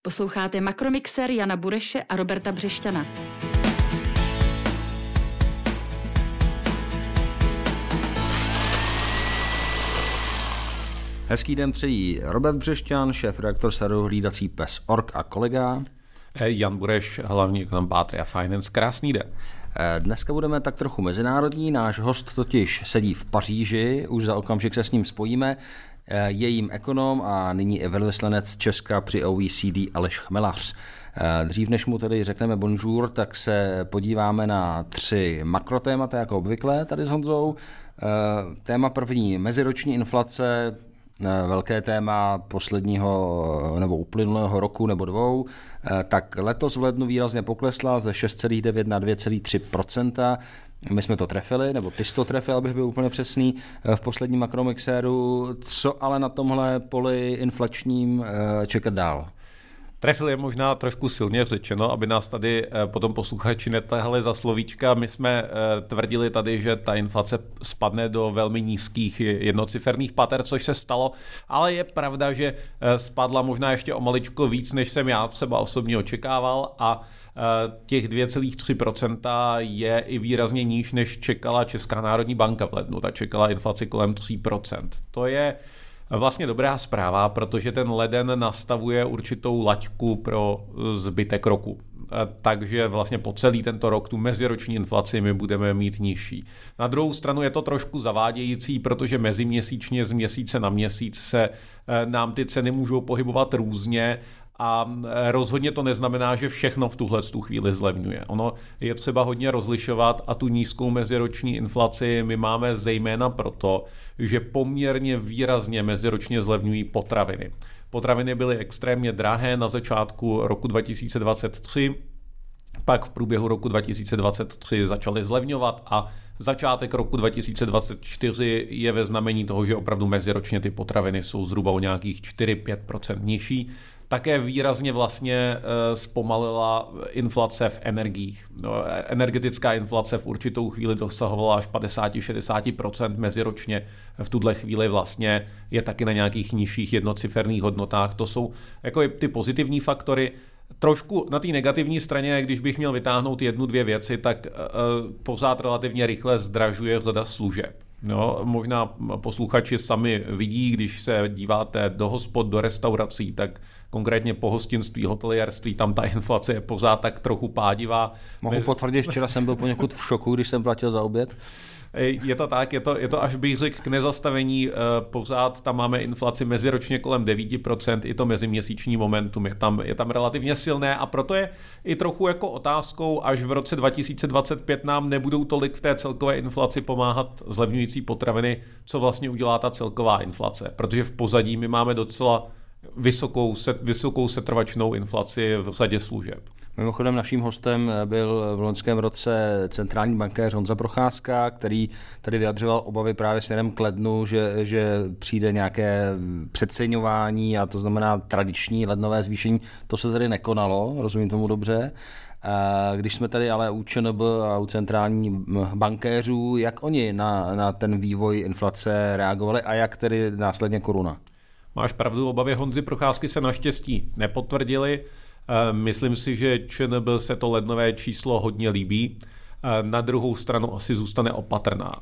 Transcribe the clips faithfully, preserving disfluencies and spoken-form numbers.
Posloucháte Makromixer Jana Bureše a Roberta Břešťana. Hezký den přejí Robert Břešťan, šéf-redaktor serveru Hlídací pes tečka org a kolega Jan Bureš, hlavní ekonom Patria Finance. Krásný den. Dneska budeme tak trochu mezinárodní, náš host totiž sedí v Paříži, už za okamžik se s ním spojíme. Je jím ekonom a nyní i velvyslanec Česka při O E C D Aleš Chmelař. Dřív než mu tedy řekneme bonjour, tak se podíváme na tři makrotémata, jako obvykle tady s Honzou. Téma první, meziroční inflace, velké téma posledního nebo uplynulého roku nebo dvou, tak letos v lednu výrazně poklesla ze šest celá devět na dvě celá tři procenta. My jsme to trefili, nebo ty jsi to trefil, abych byl úplně přesný, v posledním makromixéru. Co ale na tomhle poli inflačním čekat dál? Trefil je možná trošku silně řečeno, aby nás tady potom posluchači netahali za slovíčka. My jsme tvrdili tady, že ta inflace spadne do velmi nízkých jednociferných pater, což se stalo, ale je pravda, že spadla možná ještě o maličko víc, než jsem já třeba osobně očekával, a těch dvě celá tři procenta je i výrazně níž, než čekala Česká národní banka v lednu. Ta čekala inflaci kolem tři procenta. To je vlastně dobrá zpráva, protože ten leden nastavuje určitou laťku pro zbytek roku. Takže vlastně po celý tento rok tu meziroční inflaci my budeme mít nižší. Na druhou stranu je to trošku zavádějící, protože meziměsíčně z měsíce na měsíc se nám ty ceny můžou pohybovat různě. A rozhodně to neznamená, že všechno v tuhle chvíli zlevňuje. Ono je třeba hodně rozlišovat a tu nízkou meziroční inflaci my máme zejména proto, že poměrně výrazně meziročně zlevňují potraviny. Potraviny byly extrémně drahé na začátku roku dva tisíce dvacet tři, pak v průběhu roku dva tisíce dvacet tři začaly zlevňovat a začátek roku dva tisíce dvacet čtyři je ve znamení toho, že opravdu meziročně ty potraviny jsou zhruba o nějakých čtyři až pět procent nižší. Také výrazně vlastně zpomalila inflace v energiích. No, energetická inflace v určitou chvíli dosahovala až padesát až šedesát procent meziročně. V tuhle chvíli vlastně je taky na nějakých nižších jednociferných hodnotách. To jsou jako ty pozitivní faktory. Trošku na té negativní straně, když bych měl vytáhnout jednu, dvě věci, tak uh, pořád relativně rychle zdražuje řada služeb. No, možná posluchači sami vidí, když se díváte do hospod, do restaurací, tak konkrétně pohostinství, hotelierství, tam ta inflace je pořád tak trochu pádivá. Mohu Mez... potvrdit, včera jsem byl poněkud v šoku, když jsem platil za oběd. Je to tak, je to, je to až bych řekl k nezastavení, pořád tam máme inflaci meziročně kolem devět procent, i to meziměsíční momentum je tam, je tam relativně silné a proto je i trochu jako otázkou, až v roce dva tisíce dvacet pět nám nebudou tolik v té celkové inflaci pomáhat zlevňující potraviny, co vlastně udělá ta celková inflace, protože v pozadí my máme docela vysokou, set, vysokou setrvačnou inflaci v řadě služeb. Mimochodem naším hostem byl v loňském roce centrální bankéř Honza Procházka, který tady vyjadřoval obavy právě směrem k lednu, že, že přijde nějaké přeceňování a to znamená tradiční lednové zvýšení. To se tady nekonalo, rozumím tomu dobře. Když jsme tady ale u ČNB a u centrální bankéřů, jak oni na, na ten vývoj inflace reagovali a jak tedy následně koruna? Máš pravdu, obavy Honzy Procházky se naštěstí nepotvrdily. Myslím si, že ČNB se to lednové číslo hodně líbí. Na druhou stranu asi zůstane opatrná.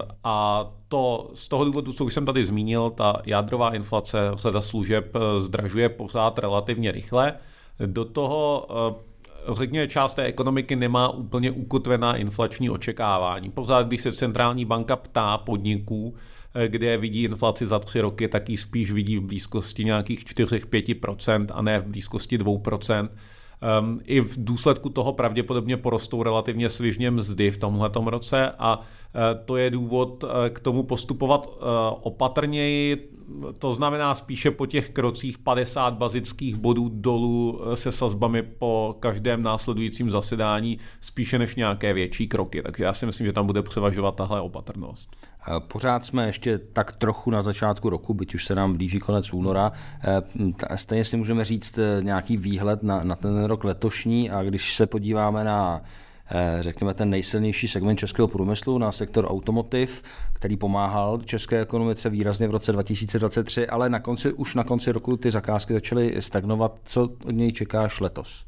A to z toho důvodu, co už jsem tady zmínil, ta jádrová inflace, řada služeb zdražuje pořád relativně rychle. Do toho řekněme, část té ekonomiky nemá úplně ukotvená inflační očekávání. Pořád, když se centrální banka ptá podniků, kde vidí inflaci za tři roky, tak ji spíš vidí v blízkosti nějakých čtyři až pět procent a ne v blízkosti dvě procenta. Um, I v důsledku toho pravděpodobně porostou relativně svižně mzdy v tomhletom roce a uh, to je důvod uh, k tomu postupovat uh, opatrněji. To znamená spíše po těch krocích padesát bazických bodů dolů se sazbami po každém následujícím zasedání, spíše než nějaké větší kroky. Takže já si myslím, že tam bude převažovat tahle opatrnost. Pořád jsme ještě tak trochu na začátku roku, byť už se nám blíží konec února. Stejně si můžeme říct nějaký výhled na, na ten rok letošní a když se podíváme na řekněme, ten nejsilnější segment českého průmyslu, na sektor automotiv, který pomáhal české ekonomice výrazně v roce dva tisíce dvacet tři, ale na konci, už na konci roku ty zakázky začaly stagnovat. Co od něj čekáš letos?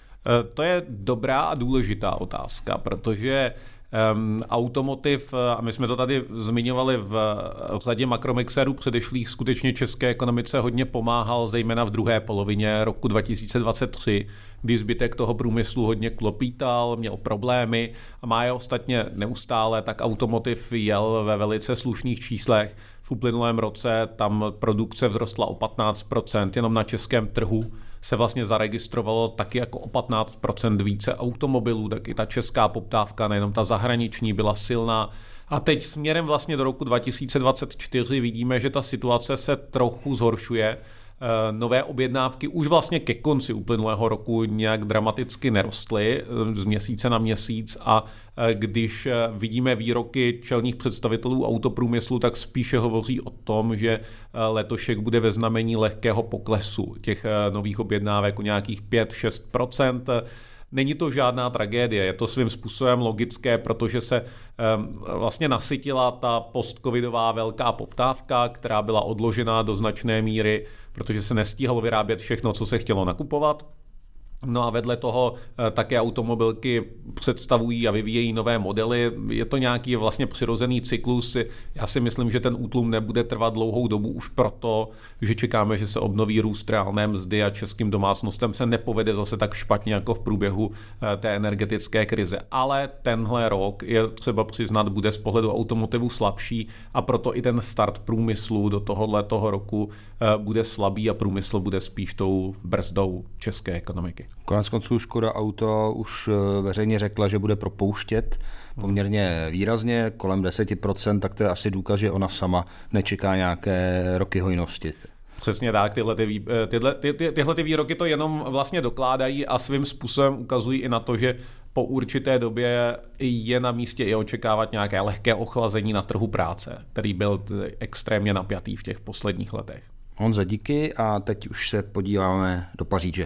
To je dobrá a důležitá otázka, protože Um, automotiv, a my jsme to tady zmiňovali v řadě makromixerů předešlých, skutečně české ekonomice hodně pomáhal, zejména v druhé polovině roku dva tisíce dvacet tři, kdy zbytek toho průmyslu hodně klopítal, měl problémy a má je ostatně neustále, tak automotiv jel ve velice slušných číslech. V uplynulém roce tam produkce vzrostla o patnáct procent, jenom na českém trhu se vlastně zaregistrovalo taky jako o patnáct procent více automobilů, tak i ta česká poptávka, nejenom ta zahraniční, byla silná. A teď směrem vlastně do roku dva tisíce dvacet čtyři vidíme, že ta situace se trochu zhoršuje. Nové objednávky už vlastně ke konci uplynulého roku nějak dramaticky nerostly z měsíce na měsíc a když vidíme výroky čelných představitelů autoprůmyslu, tak spíše hovoří o tom, že letošek bude ve znamení lehkého poklesu těch nových objednávek o nějakých pět až šest procent. Není to žádná tragédie, je to svým způsobem logické, protože se vlastně nasytila ta postcovidová velká poptávka, která byla odložená do značné míry, protože se nestíhalo vyrábět všechno, co se chtělo nakupovat. No a vedle toho také automobilky představují a vyvíjejí nové modely. Je to nějaký vlastně přirozený cyklus. Já si myslím, že ten útlum nebude trvat dlouhou dobu už proto, že čekáme, že se obnoví růst reálné mzdy a českým domácnostem se nepovede zase tak špatně jako v průběhu té energetické krize. Ale tenhle rok, je třeba přiznat, bude z pohledu automotivu slabší a proto i ten start průmyslu do tohoto roku bude slabý a průmysl bude spíš tou brzdou české ekonomiky. Konec konců Škoda Auto už veřejně řekla, že bude propouštět poměrně výrazně, kolem deset procent, tak to je asi důkaz, že ona sama nečeká nějaké roky hojnosti. Přesně tak, tyhle, ty, tyhle, ty, ty, tyhle ty výroky to jenom vlastně dokládají a svým způsobem ukazují i na to, že po určité době je na místě i očekávat nějaké lehké ochlazení na trhu práce, který byl extrémně napjatý v těch posledních letech. Honzo, díky a teď už se podíváme do Paříže.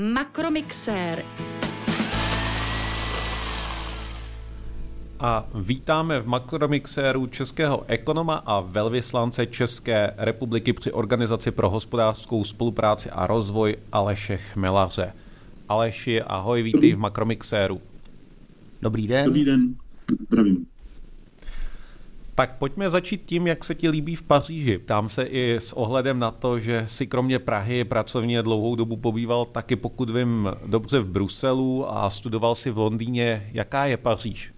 Makromixér. A vítáme v Makromixéru českého ekonoma a velvyslance České republiky při Organizaci pro hospodářskou spolupráci a rozvoj Aleše Chmelaře. Aleši, ahoj, vítej v Makromixéru. Dobrý den. Dobrý den, zdravím. Tak pojďme začít tím, jak se ti líbí v Paříži. Ptám se i s ohledem na to, že si kromě Prahy pracovně dlouhou dobu pobýval taky, pokud vím, dobře v Bruselu a studoval si v Londýně. Jaká je Paříž?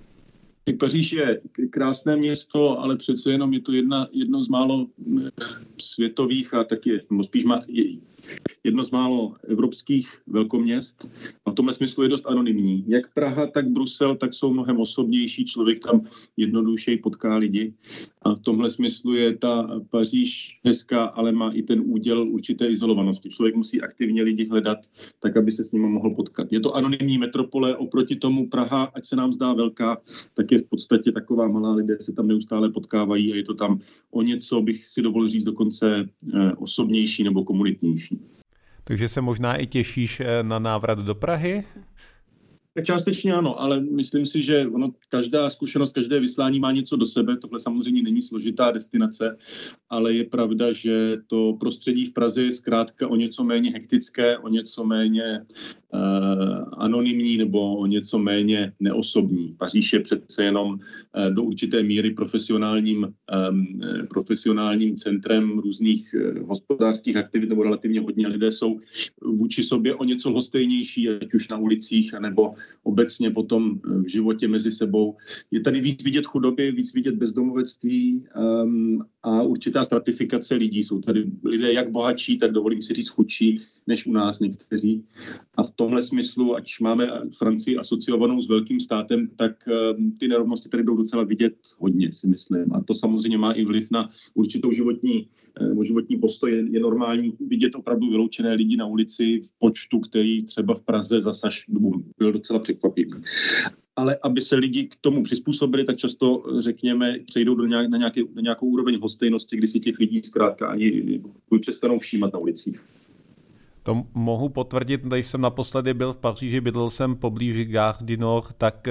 Paříž je krásné město, ale přece jenom je to jedna, jedno z málo světových a taky spíš má, jedno z málo evropských velkoměst. A v tomhle smyslu je dost anonymní. Jak Praha, tak Brusel, tak jsou mnohem osobnější. Člověk tam jednodušeji potká lidi. A v tomhle smyslu je ta Paříž hezká, ale má i ten úděl určité izolovanosti. Člověk musí aktivně lidi hledat, tak aby se s nimi mohl potkat. Je to anonymní metropole, oproti tomu Praha, ať se nám zdá velká, tak je v podstatě taková malá, lidé se tam neustále potkávají a je to tam o něco, bych si dovolil říct, dokonce osobnější nebo komunitnější. Takže se možná i těšíš na návrat do Prahy? Tak částečně ano, ale myslím si, že ono, každá zkušenost, každé vyslání má něco do sebe. Tohle samozřejmě není složitá destinace, ale je pravda, že to prostředí v Praze je zkrátka o něco méně hektické, o něco méně uh, anonymní nebo o něco méně neosobní. Paříž je přece jenom uh, do určité míry profesionálním, um, profesionálním centrem různých uh, hospodářských aktivit, nebo relativně hodně lidé jsou vůči sobě o něco lhostejnější, ať už na ulicích, anebo obecně potom v životě mezi sebou. Je tady víc vidět chudoby, víc vidět bezdomovectví um, a určitá stratifikace lidí. Jsou tady lidé jak bohatší, tak dovolím si říct chudší než u nás někteří. A v tomhle smyslu, ať máme Francii asociovanou s velkým státem, tak um, ty nerovnosti tady budou docela vidět hodně, si myslím. A to samozřejmě má i vliv na určitou životní nebo životní postoj. Je, je normální vidět opravdu vyloučené lidi na ulici v počtu, který třeba v Praze zase byl docela překvapivý. Ale aby se lidi k tomu přizpůsobili, tak často, řekněme, přejdou do nějak, na, nějaké, na nějakou úroveň hostejnosti, kdy si těch lidí zkrátka ani přestanou všímat na ulicích. To mohu potvrdit, když jsem naposledy byl v Paříži, bydlel jsem poblíž Gare du Nord, tak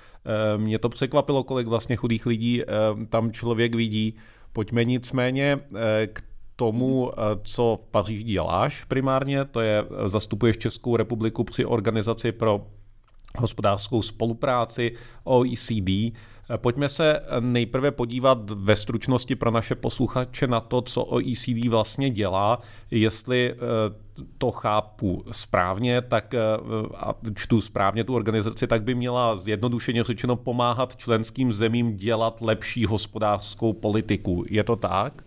mě to překvapilo, kolik vlastně chudých lidí tam člověk vidí. Pojďme nicméně k tomu, co v Paříži děláš primárně, to je zastupuješ Českou republiku při Organizaci pro hospodářskou spolupráci O E C D. Pojďme se nejprve podívat ve stručnosti pro naše posluchače na to, co O E C D vlastně dělá. Jestli to chápu správně, tak a čtu správně tu organizaci, tak by měla zjednodušeně řečeno pomáhat členským zemím dělat lepší hospodářskou politiku. Je to tak?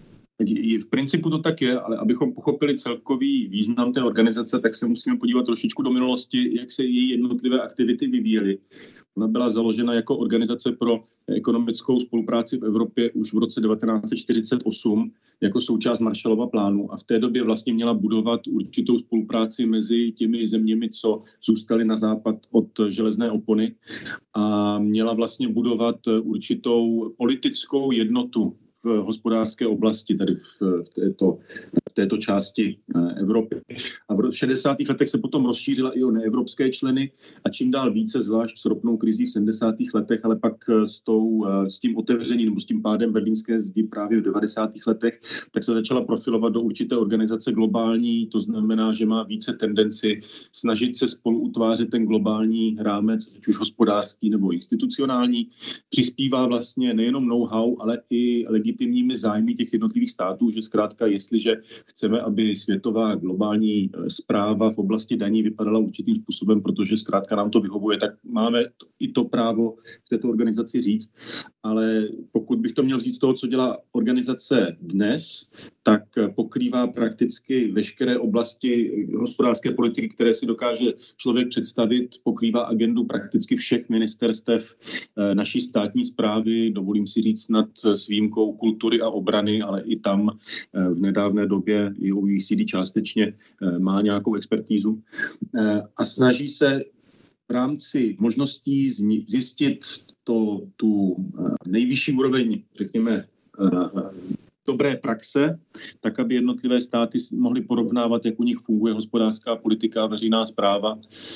V principu to tak je, ale abychom pochopili celkový význam té organizace, tak se musíme podívat trošičku do minulosti, jak se její jednotlivé aktivity vyvíjely. Ona byla založena jako organizace pro ekonomickou spolupráci v Evropě už v roce devatenáct set čtyřicet osm jako součást Marshallova plánu a v té době vlastně měla budovat určitou spolupráci mezi těmi zeměmi, co zůstaly na západ od železné opony a měla vlastně budovat určitou politickou jednotu v hospodářské oblasti, tady v této, v této části Evropy. A v šedesátých letech se potom rozšířila i o neevropské členy a čím dál více, zvlášť s ropnou krizí v sedmdesátých letech, ale pak s, tou, s tím otevřením nebo s tím pádem berlínské zdi právě v devadesátých letech, tak se začala profilovat do určité organizace globální, to znamená, že má více tendenci snažit se spolu utvářet ten globální rámec, ať už hospodářský nebo institucionální, přispívá vlastně nejenom know-how, ale i legitimními zájmy těch jednotlivých států, že zkrátka, jestliže chceme, aby světová globální správa v oblasti daní vypadala určitým způsobem, protože zkrátka nám to vyhovuje, tak máme i to právo v této organizaci říct. Ale pokud bych to měl říct z toho, co dělá organizace dnes, tak pokrývá prakticky veškeré oblasti hospodářské politiky, které si dokáže člověk představit, pokrývá agendu prakticky všech ministerstev naší státní správy, dovolím si říct snad s výjimkou kultury a obrany, ale i tam v nedávné době i O E C D částečně má nějakou expertízu a snaží se v rámci možností zjistit to, tu nejvyšší úroveň, řekněme, dobré praxe, tak aby jednotlivé státy mohly porovnávat, jak u nich funguje hospodářská politika a veřejná správa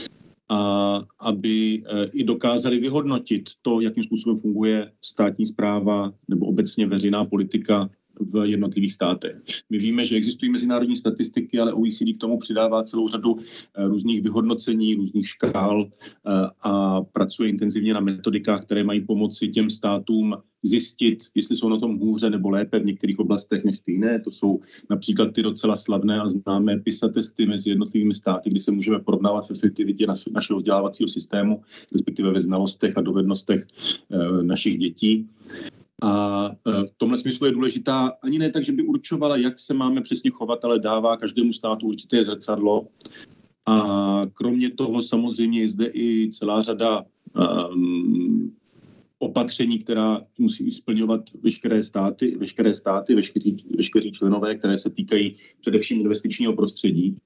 a aby i dokázali vyhodnotit to, jakým způsobem funguje státní správa nebo obecně veřejná politika v jednotlivých státech. My víme, že existují mezinárodní statistiky, ale O E C D k tomu přidává celou řadu různých vyhodnocení, různých škál a pracuje intenzivně na metodikách, které mají pomoci těm státům zjistit, jestli jsou na tom hůře nebo lépe v některých oblastech než ty jiné. To jsou například ty docela slavné a známé PISA testy mezi jednotlivými státy, kdy se můžeme porovnávat v efektivitě našeho vzdělávacího systému, respektive ve znalostech a dovednostech našich dětí. A v tomhle smyslu je důležitá ani ne tak, že by určovala, jak se máme přesně chovat, ale dává každému státu určité zrcadlo. A kromě toho samozřejmě je zde i celá řada um, opatření, která musí splňovat veškeré státy, veškeré státy, veškeří, veškeří členové, které se týkají především investičního prostředí.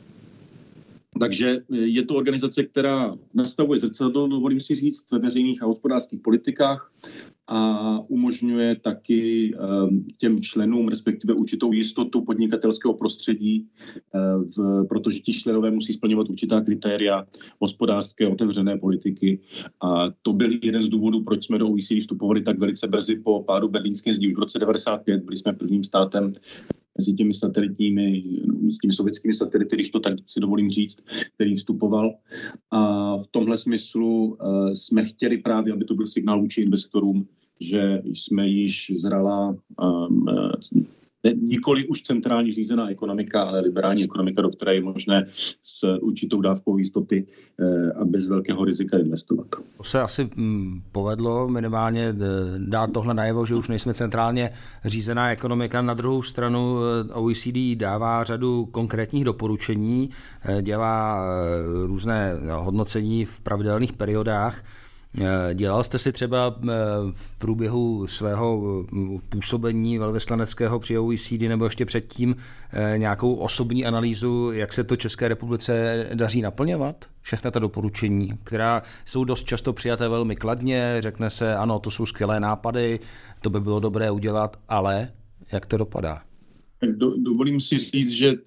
Takže je to organizace, která nastavuje zrcadlo, dovolím si říct, ve veřejných a hospodářských politikách a umožňuje taky těm členům, respektive určitou jistotu podnikatelského prostředí, v, protože ti členové musí splňovat určitá kritéria hospodářské otevřené politiky. A to byl jeden z důvodů, proč jsme do O E C D vstupovali tak velice brzy po pádu berlínské zdi. Už v roce devadesát pět byli jsme prvním státem mezi těmi satelitními, s těmi sovětskými satelity, když to tak si dovolím říct, který vstupoval. A v tomhle smyslu uh, jsme chtěli právě, aby to byl signál vůči investorům, že jsme již zralá um, nikoli už centrálně řízená ekonomika, ale liberální ekonomika, do které je možné s určitou dávkou jistoty a bez velkého rizika investovat. To se asi povedlo minimálně dát tohle najevo, že už nejsme centrálně řízená ekonomika. Na druhou stranu O E C D dává řadu konkrétních doporučení, dělá různé hodnocení v pravidelných periodách. Dělal jste si třeba v průběhu svého působení velvyslaneckého při O E C D nebo ještě předtím nějakou osobní analýzu, jak se to České republice daří naplňovat? Všechna ta doporučení, která jsou dost často přijaté velmi kladně, řekne se, ano, to jsou skvělé nápady, to by bylo dobré udělat, ale jak to dopadá? Do, dovolím si říct, že je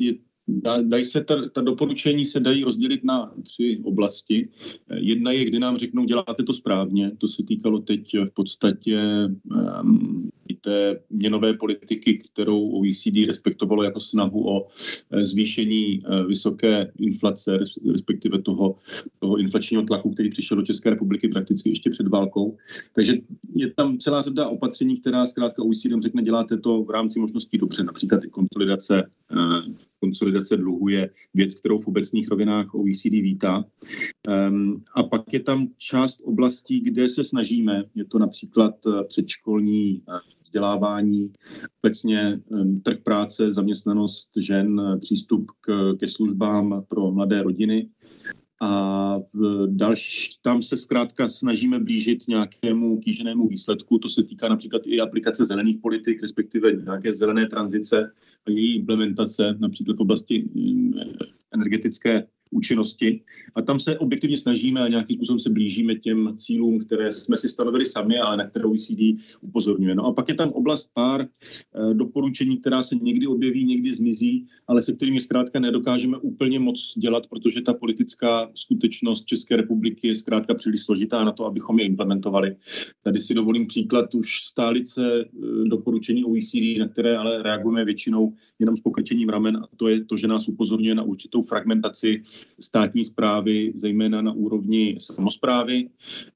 dá, dají se ta, ta doporučení se dají rozdělit na tři oblasti. Jedna je, kdy nám řeknou, děláte to správně. To se týkalo teď v podstatě um, i té měnové politiky, kterou O E C D respektovalo jako snahu o zvýšení vysoké inflace, respektive toho, toho inflačního tlaku, který přišel do České republiky prakticky ještě před válkou. Takže je tam celá řada opatření, která zkrátka O E C D řekne, děláte to v rámci možností dobře. Například i konsolidace, eh, konsolidace dluhu je věc, kterou v obecných rovinách O E C D vítá. Um, a pak je tam část oblastí, kde se snažíme, je to například předškolní vzdělávání, obecně trh práce, zaměstnanost žen, přístup k, ke službám pro mladé rodiny. A v další, tam se zkrátka snažíme blížit nějakému kýženému výsledku. To se týká například i aplikace zelených politik, respektive nějaké zelené tranzice a její implementace, například v oblasti energetické účinnosti. A tam se objektivně snažíme a nějakým způsobem se blížíme těm cílům, které jsme si stanovili sami, ale na které O E C D upozorňuje. No a pak je tam oblast pár e, doporučení, která se někdy objeví, někdy zmizí, ale se kterými zkrátka nedokážeme úplně moc dělat, protože ta politická skutečnost České republiky je zkrátka příliš složitá na to, abychom je implementovali. Tady si dovolím příklad už stálice e, doporučení O E C D, na které ale reagujeme většinou jenom s pokrčením ramen, a to je to, že nás upozorňuje na určitou fragmentaci státní správy, zejména na úrovni samosprávy,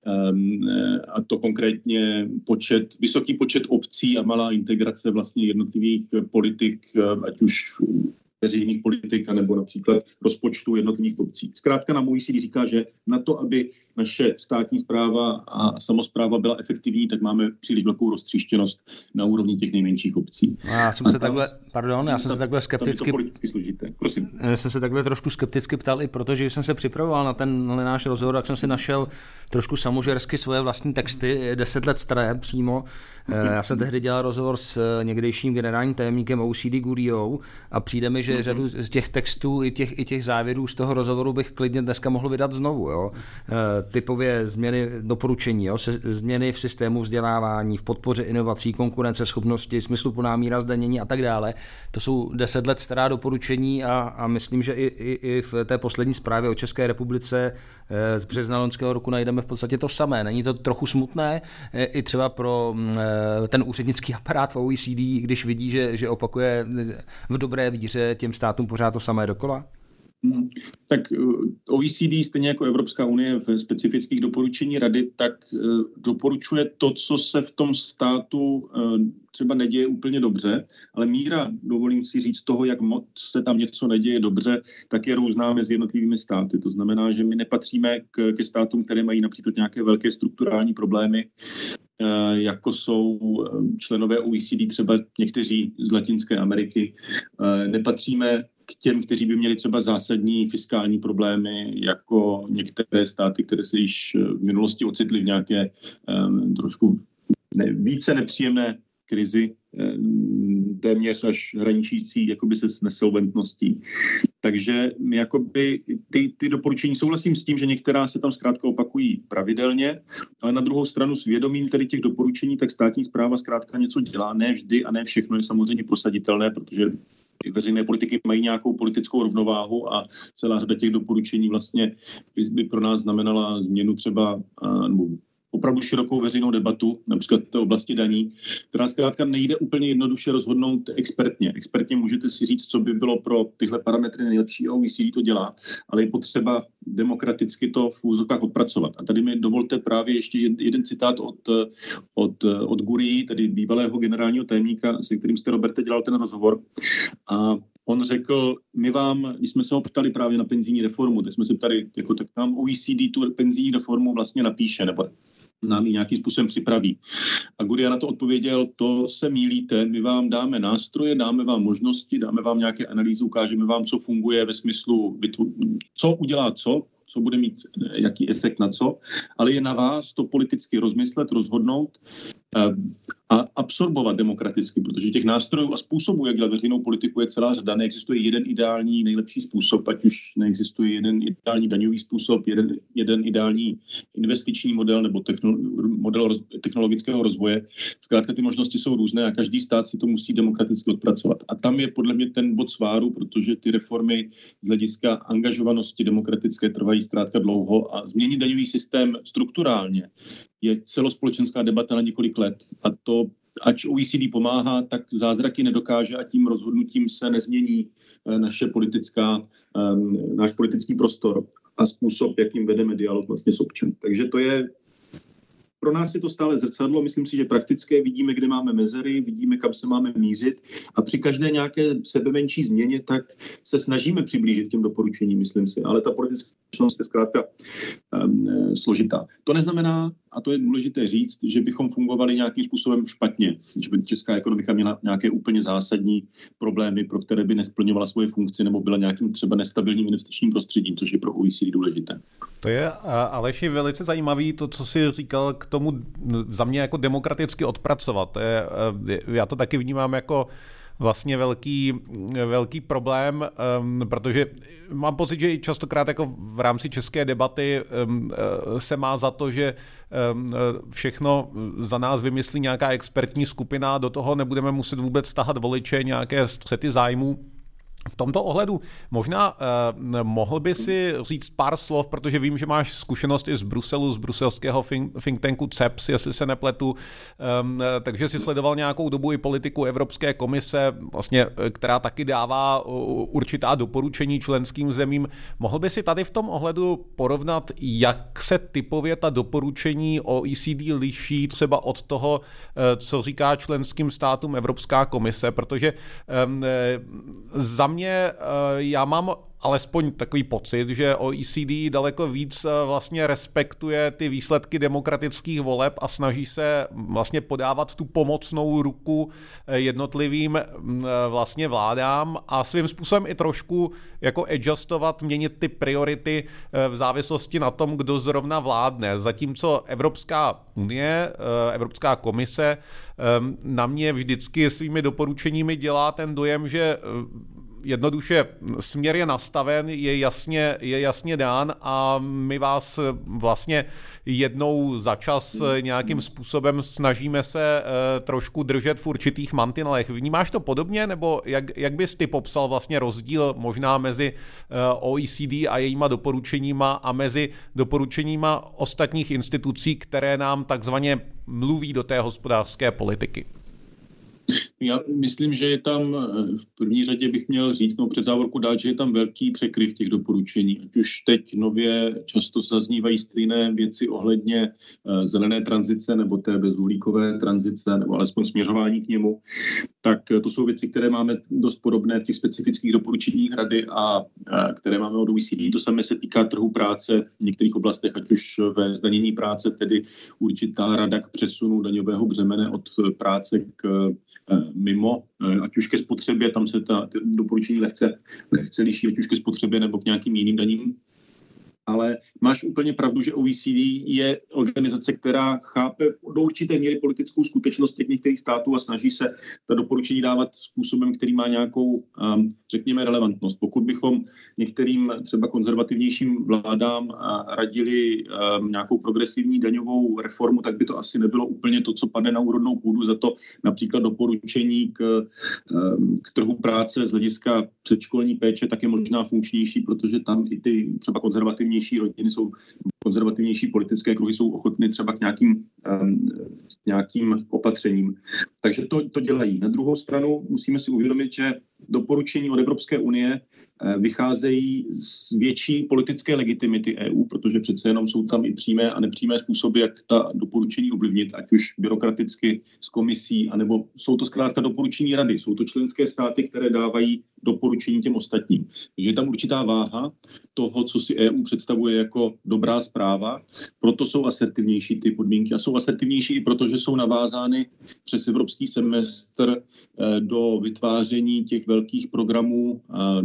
a to konkrétně počet, vysoký počet obcí a malá integrace vlastně jednotlivých politik, ať už veřejných politik, nebo například rozpočtu jednotlivých obcí. Zkrátka nám O E C D říká, že na to, aby naše státní správa a samospráva byla efektivní, tak máme příliš velkou roztříštěnost na úrovni těch nejmenších obcí. A já jsem a se tam, takhle, pardon, já jsem se takhle skepticky... To politicky složité. Prosím. Já jsem se takhle trošku skepticky ptal i protože jsem se připravoval na ten na náš rozhovor, tak jsem si našel trošku samožersky svoje vlastní texty, deset let staré přímo. Já jsem tehdy dělal rozhovor s někdejším generálním tajemníkem O E C D Guriou a přijde mi, že řadu z těch textů i těch, i těch závěrů z toho rozhovoru bych klidně dneska mohl vydat znovu. Jo. Typově změny doporučení, jo. Se, změny v systému vzdělávání, v podpoře inovací, konkurenceschopnosti, smysluplná míra zdanění a tak dále. To jsou deset let stará doporučení a, a myslím, že i, i, i v té poslední zprávě o České republice z března loňského roku najdeme v podstatě to samé. Není to trochu smutné i třeba pro ten úřednický aparát v O E C D, když vidí, že, že opakuje v dobré víře těm státům pořád to samé dokola? Hmm. Tak O E C D, stejně jako Evropská unie v specifických doporučení rady, tak doporučuje to, co se v tom státu třeba neděje úplně dobře, ale míra, dovolím si říct, toho, jak moc se tam něco neděje dobře, tak je různá mezi jednotlivými státy. To znamená, že my nepatříme k, ke státům, které mají například nějaké velké strukturální problémy, jako jsou členové O E C D, třeba někteří z Latinské Ameriky. Nepatříme k těm, kteří by měli třeba zásadní fiskální problémy, jako některé státy, které se již v minulosti ocitly v nějaké um, trošku ne, více nepříjemné krizi, um, téměř až hraničící jakoby se s nesolventností. Takže jakoby ty, ty doporučení souhlasím s tím, že některá se tam zkrátka opakují pravidelně, ale na druhou stranu s vědomím tedy těch doporučení, tak státní správa zkrátka něco dělá, ne vždy a ne všechno je samozřejmě prosaditelné, protože veřejné politiky mají nějakou politickou rovnováhu a celá řada těch doporučení vlastně by pro nás znamenala změnu třeba nebo opravdu širokou veřejnou debatu, například v té oblasti daní, která zkrátka nejde úplně jednoduše rozhodnout expertně. Expertně můžete si říct, co by bylo pro tyhle parametry nejlepší, a O E C D to dělá, ale je potřeba demokraticky to v úzokách odpracovat. A tady mi dovolte právě ještě jeden citát od, od, od Gurii, tedy bývalého generálního tajemníka, se kterým jste, Roberte, dělal ten rozhovor. A on řekl, my vám, když jsme se ho ptali právě na penzijní reformu, tak jsme se ptali, jako tak nám O E C D tu penzijní reformu vlastně napíše, nebo nám ji nějakým způsobem připraví. A Guria na to odpověděl, to se mýlíte, my vám dáme nástroje, dáme vám možnosti, dáme vám nějaké analýzy, ukážeme vám, co funguje ve smyslu, co udělá co, co bude mít jaký efekt na co, ale je na vás to politicky rozmyslet, rozhodnout, a absorbovat demokraticky, protože těch nástrojů a způsobů, jak dělat veřejnou politiku, je celá řada. Neexistuje jeden ideální nejlepší způsob, ať už neexistuje jeden ideální daňový způsob, jeden, jeden ideální investiční model nebo technolo, model roz, technologického rozvoje. Zkrátka ty možnosti jsou různé a každý stát si to musí demokraticky odpracovat. A tam je podle mě ten bod sváru, protože ty reformy z hlediska angažovanosti demokratické trvají zkrátka dlouho a změnit daňový systém strukturálně je celospolečenská debata na několik let. A to, ač O E C D pomáhá, tak zázraky nedokáže a tím rozhodnutím se nezmění naše politická, náš politický prostor a způsob, jakým vedeme dialog vlastně s občany. Takže to je pro nás je to stále zrcadlo, myslím si, že praktické, vidíme, kde máme mezery, vidíme, kam se máme mířit a při každé nějaké sebemenší změně tak se snažíme přiblížit těm doporučením, myslím si, ale ta politická činnost je zkrátka um, složitá. To neznamená, a to je důležité říct, že bychom fungovali nějakým způsobem špatně, že by česká ekonomika měla nějaké úplně zásadní problémy, pro které by nesplňovala svoje funkci nebo byla nějakým třeba nestabilním investičním prostředím, což je pro O E C D důležité. To je, Aleši, velice zajímavý to, co jsi říkal k tomu za mě jako demokraticky odpracovat. To je, já to taky vnímám jako vlastně velký, velký problém, um, protože mám pocit, že častokrát jako v rámci české debaty um, se má za to, že um, všechno za nás vymyslí nějaká expertní skupina, do toho nebudeme muset vůbec tahat voliče, nějaké střety zájmů. V tomto ohledu možná uh, mohl by si říct pár slov, protože vím, že máš zkušenosti z Bruselu, z bruselského think, think tanku C E P S, jestli se nepletu, um, takže si sledoval nějakou dobu i politiku Evropské komise, vlastně, která taky dává určitá doporučení členským zemím. Mohl by si tady v tom ohledu porovnat, jak se typově ta doporučení O E C D liší třeba od toho, co říká členským státům Evropská komise, protože um, za mě, já mám alespoň takový pocit, že O E C D daleko víc vlastně respektuje ty výsledky demokratických voleb a snaží se vlastně podávat tu pomocnou ruku jednotlivým vlastně vládám a svým způsobem i trošku jako adjustovat, měnit ty priority v závislosti na tom, kdo zrovna vládne. Zatímco Evropská unie, Evropská komise na mě vždycky svými doporučeními dělá ten dojem, že jednoduše směr je nastaven, je jasně, je jasně dán a my vás vlastně jednou za čas nějakým způsobem snažíme se trošku držet v určitých mantinelech. Vnímáš to podobně, nebo jak, jak bys ty popsal vlastně rozdíl možná mezi O E C D a jejíma doporučeníma a mezi doporučeníma ostatních institucí, které nám takzvaně mluví do té hospodářské politiky? Já myslím, že je tam, v první řadě bych měl říct, no před závorku dát, že je tam velký překryv těch doporučení. Ať už teď nově často zaznívají stejné věci ohledně uh, zelené tranzice nebo té bezuhlíkové tranzice, nebo alespoň směřování k němu, tak to jsou věci, které máme dost podobné v těch specifických doporučeních Rady a uh, které máme od O E C D. To samé se týká trhu práce v některých oblastech, ať už ve zdanění práce, tedy určitá rada k přesunu daňového břemene od práce k mimo, ať už ke spotřebě, tam se ta doporučení lehce, lehce liší, ať už ke spotřebě nebo k nějakým jiným daním. Ale máš úplně pravdu, že O E C D je organizace, která chápe do určité míry politickou skutečnost těch některých států a snaží se ta doporučení dávat způsobem, který má nějakou, řekněme, relevantnost. Pokud bychom některým třeba konzervativnějším vládám radili nějakou progresivní daňovou reformu, tak by to asi nebylo úplně to, co padne na úrodnou půdu. Za to například doporučení k, k trhu práce z hlediska předškolní péče tak je možná funkčnější, protože tam i ty třeba konzervativní rodiny jsou, konzervativnější politické kruhy jsou ochotny třeba k nějakým, um, nějakým opatřením. Takže to, to dělají. Na druhou stranu musíme si uvědomit, že doporučení od Evropské unie vycházejí z větší politické legitimity E U, protože přece jenom jsou tam i přímé a nepřímé způsoby, jak ta doporučení ovlivnit, ať už byrokraticky s komisí, anebo jsou to zkrátka doporučení Rady. Jsou to členské státy, které dávají doporučení těm ostatním. Takže je tam určitá váha toho, co si E U představuje jako dobrá zpráva, proto jsou asertivnější ty podmínky a jsou asertivnější i proto, že jsou navázány přes evropský semestr do vytváření těch velkých programů dohod o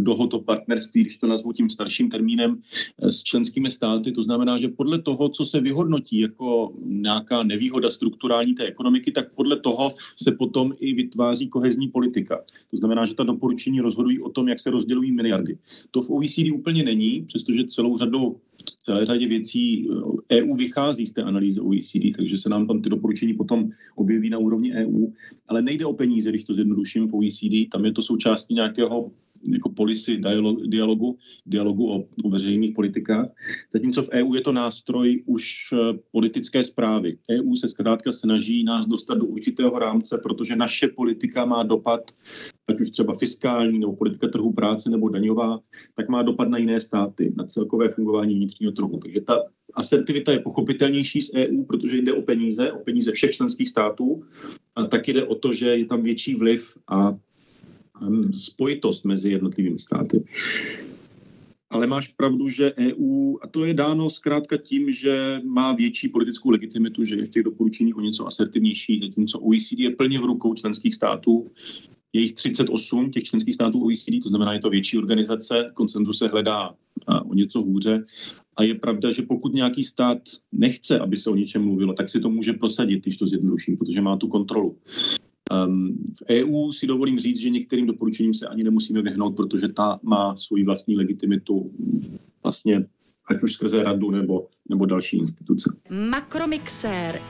partnerství, když to nazvu tím starším termínem, s členskými státy. To znamená, že podle toho, co se vyhodnotí jako nějaká nevýhoda strukturální té ekonomiky, tak podle toho se potom i vytváří kohezní politika. To znamená, že ta doporučení rozhodují o tom, jak se rozdělují miliardy. To v O E C D úplně není, přestože celou řadou celé řadě věcí E U vychází z té analýzy O E C D, takže se nám tam ty doporučení potom objeví na úrovni E U, ale nejde o peníze, když to zjednoduším v O E C D, tam je to součástí nějakého jako policy dialogu, dialogu, dialogu o, o veřejných politikách. Zatímco v E U je to nástroj už politické správy. E U se zkrátka snaží nás dostat do určitého rámce, protože naše politika má dopad, ať už třeba fiskální, nebo politika trhu práce, nebo daňová, tak má dopad na jiné státy, na celkové fungování vnitřního trhu. Takže ta asertivita je pochopitelnější z E U, protože jde o peníze, o peníze všech členských států, a taky jde o to, že je tam větší vliv a spojitost mezi jednotlivými státy. Ale máš pravdu, že E U, a to je dáno zkrátka tím, že má větší politickou legitimitu, že je v těch doporučeních o něco asertivnější, zatímco O E C D je plně v rukou členských států. Je jich třicet osm těch členských států O E C D, to znamená, je to větší organizace, konsenzus se hledá o něco hůře. A je pravda, že pokud nějaký stát nechce, aby se o něčem mluvilo, tak si to může prosadit, když to zjednoduším, protože má tu kontrolu. Um, v E U si dovolím říct, že některým doporučením se ani nemusíme vyhnout, protože ta má svoji vlastní legitimitu vlastně ať už skrze radu nebo, nebo další instituce. Makromixér.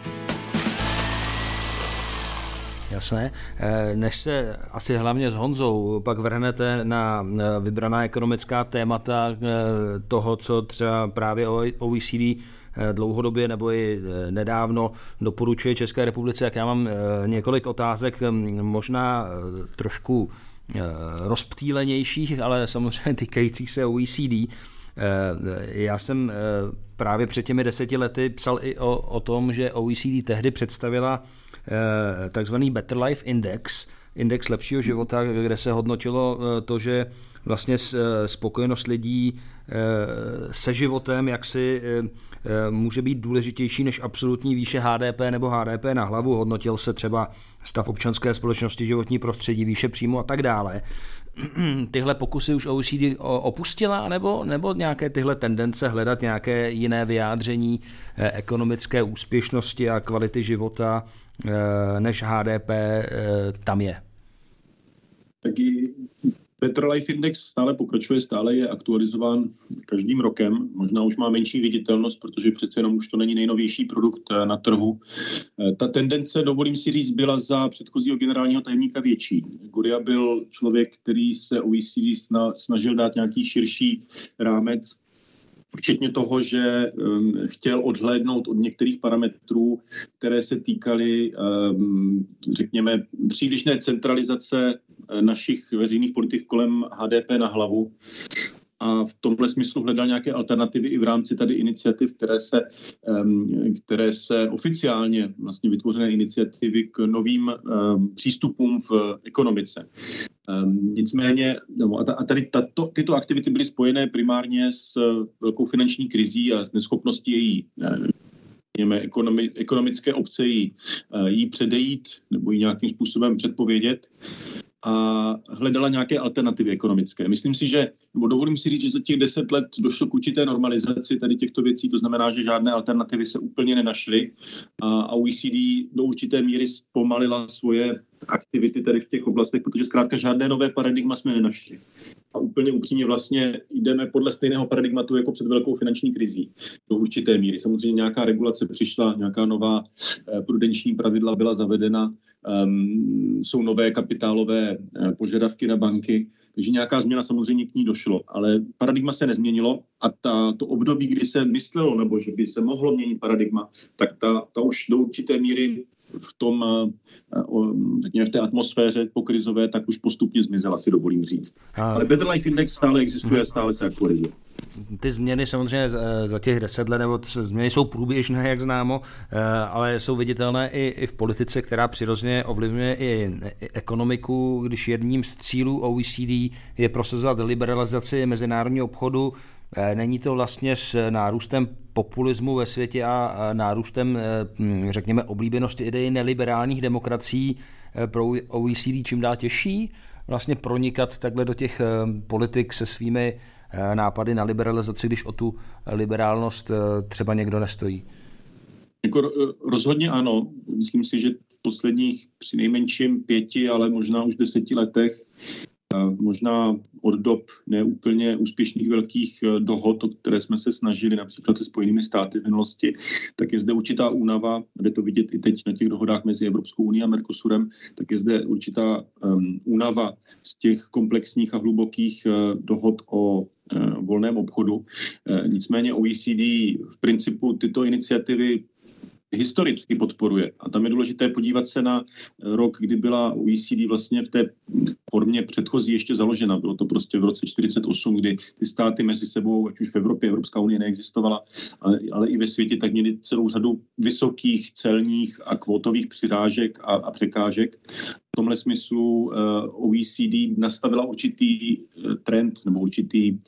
Jasné. Než se asi hlavně s Honzou pak vrhnete na vybraná ekonomická témata toho, co třeba právě O E C D dlouhodobě nebo i nedávno doporučuje České republice, jak já mám několik otázek, možná trošku rozptýlenějších, ale samozřejmě týkajících se O E C D. Já jsem právě před těmi deseti lety psal i o, o tom, že O E C D tehdy představila takzvaný Better Life Index, index lepšího života, kde se hodnotilo to, že vlastně spokojenost lidí se životem jaksi může být důležitější než absolutní výše H D P nebo H D P na hlavu. Hodnotil se třeba stav občanské společnosti, životní prostředí, výše příjmu a tak dále. Tyhle pokusy už O E C D opustila, nebo, nebo nějaké tyhle tendence hledat nějaké jiné vyjádření ekonomické úspěšnosti a kvality života než H D P tam je? Taky Better Life Index stále pokračuje, stále je aktualizován každým rokem. Možná už má menší viditelnost, protože přece jenom už to není nejnovější produkt na trhu. Ta tendence, dovolím si říct, byla za předchozího generálního tajemníka větší. Gurria byl člověk, který se O E C D snažil dát nějaký širší rámec, včetně toho, že um, chtěl odhlédnout od některých parametrů, které se týkaly, um, řekněme, přílišné centralizace našich veřejných politik kolem H D P na hlavu. A v tomhle smyslu hledal nějaké alternativy i v rámci tady iniciativ, které se, um, které se oficiálně vlastně vytvořené iniciativy k novým um, přístupům v ekonomice. Um, nicméně, no, a tady tato, tyto aktivity byly spojené primárně s velkou finanční krizí a s neschopností její řekněme, ekonomi, ekonomické obce jí, jí předejít nebo jí nějakým způsobem předpovědět a hledala nějaké alternativy ekonomické. Myslím si, že, nebo dovolím si říct, že za těch deset let došlo k určité normalizaci tady těchto věcí, to znamená, že žádné alternativy se úplně nenašly a O E C D do určité míry zpomalila svoje aktivity tady v těch oblastech, protože zkrátka žádné nové paradigma jsme nenašli. A úplně upřímně vlastně jdeme podle stejného paradigmatu jako před velkou finanční krizí do určité míry. Samozřejmě nějaká regulace přišla, nějaká nová prudenční pravidla byla zavedena, um, jsou nové kapitálové požadavky na banky, takže nějaká změna samozřejmě k ní došlo, ale paradigma se nezměnilo a ta, to období, kdy se myslelo, nebo že by se mohlo měnit paradigma, tak ta, ta už do určité míry v tom, řekněme, v té atmosféře pokrizové, tak už postupně zmizela, si dovolím říct. A... Ale Better Life Index stále existuje, stále se aktualizuje. Ty změny samozřejmě za těch deset let, nebo změny jsou průběžné, jak známo, ale jsou viditelné i, i v politice, která přirozeně ovlivňuje i ekonomiku, když jedním z cílů O E C D je prosazovat liberalizaci mezinárodního obchodu. Není to vlastně s nárůstem populismu ve světě a nárůstem, řekněme, oblíbenosti idei neliberálních demokracií pro O E C D čím dál těžší? vlastně pronikat takhle do těch politik se svými nápady na liberalizaci, když o tu liberálnost třeba někdo nestojí? Jako rozhodně ano. Myslím si, že v posledních přinejmenším pěti, ale možná už deseti letech, možná od dob neúplně úspěšných velkých dohod, o které jsme se snažili například se Spojenými státy v minulosti, tak je zde určitá únava, jde to vidět i teď na těch dohodách mezi Evropskou unií a Mercosurem, tak je zde určitá um, únava z těch komplexních a hlubokých uh, dohod o uh, volném obchodu. Uh, nicméně O E C D v principu tyto iniciativy historicky podporuje. A tam je důležité podívat se na rok, kdy byla O E C D vlastně v té formě předchozí ještě založena. Bylo to prostě v roce čtyřicet osm, kdy ty státy mezi sebou, ať už v Evropě, Evropská unie neexistovala, ale, ale i ve světě, tak měli celou řadu vysokých celních a kvótových přirážek a, a překážek. V tomhle smyslu uh, O E C D nastavila určitý uh, trend nebo určitý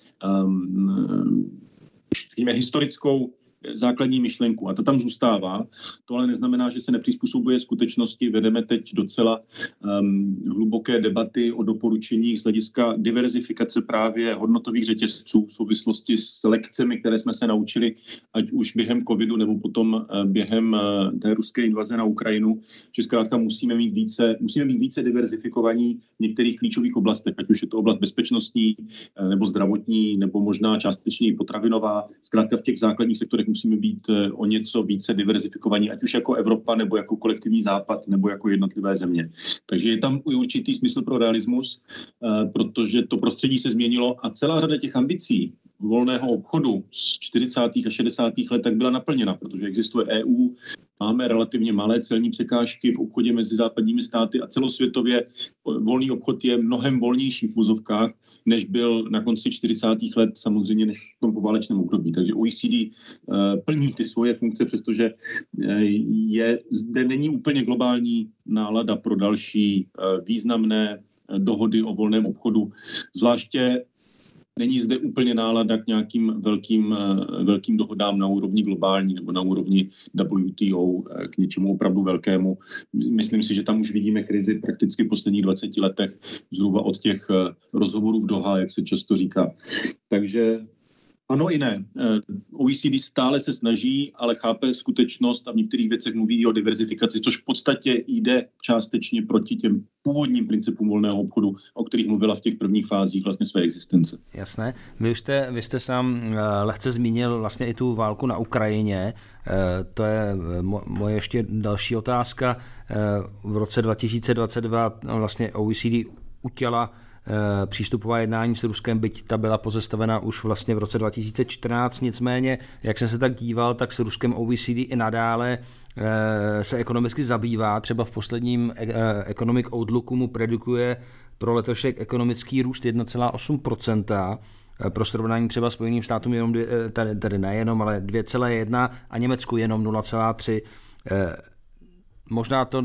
um, uh, historickou základní myšlenku. A to tam zůstává. To ale neznamená, že se nepřizpůsobuje skutečnosti. Vedeme teď docela um, hluboké debaty o doporučeních z hlediska diverzifikace právě hodnotových řetězců v souvislosti s lekcemi, které jsme se naučili, ať už během covidu nebo potom uh, během uh, té ruské invaze na Ukrajinu, že zkrátka musíme mít více, musíme být více diverzifikovaní v některých klíčových oblastech, ať už je to oblast bezpečnostní uh, nebo zdravotní, nebo možná částečně potravinová. Zkrátka v těch základních sektorech musíme být o něco více diverzifikovaní, ať už jako Evropa, nebo jako kolektivní západ, nebo jako jednotlivé země. Takže je tam i určitý smysl pro realismus, protože to prostředí se změnilo a celá řada těch ambicí volného obchodu z čtyřicátých a šedesátých let tak byla naplněna, protože existuje E U, máme relativně malé celní překážky v obchodě mezi západními státy a celosvětově volný obchod je mnohem volnější v vozovkách, než byl na konci čtyřicátých let, samozřejmě než v tom poválečném období. Takže O E C D uh, plní ty svoje funkce, přestože uh, je, zde není úplně globální nálada pro další uh, významné uh, dohody o volném obchodu. Zvláště není zde úplně nálada k nějakým velkým, velkým dohodám na úrovni globální nebo na úrovni W T O, k něčemu opravdu velkému. Myslím si, že tam už vidíme krizi prakticky v posledních dvaceti letech, zhruba od těch rozhovorů v Doha, jak se často říká. Takže ano i ne. O E C D stále se snaží, ale chápe skutečnost a v některých věcech mluví o diverzifikaci, což v podstatě jde částečně proti těm původním principům volného obchodu, o kterých mluvila v těch prvních fázích vlastně své existence. Jasné. Vy, už jste, vy jste sám lehce zmínil vlastně i tu válku na Ukrajině. To je moje ještě další otázka. V roce dva tisíce dvacet dva vlastně O E C D utěla přístupová jednání s Ruskem, byť ta byla pozastavena už vlastně v roce dva tisíce čtrnáct, nicméně, jak jsem se tak díval, tak s Ruskem O E C D i nadále se ekonomicky zabývá. Třeba v posledním Economic Outlooku mu predikuje pro letošek ekonomický růst jedna celá osm procenta, pro srovnání třeba Spojeným státům jenom dvě, tady, tady nejenom, ale dvě celá jedna a Německu jenom nula celá tři. Možná to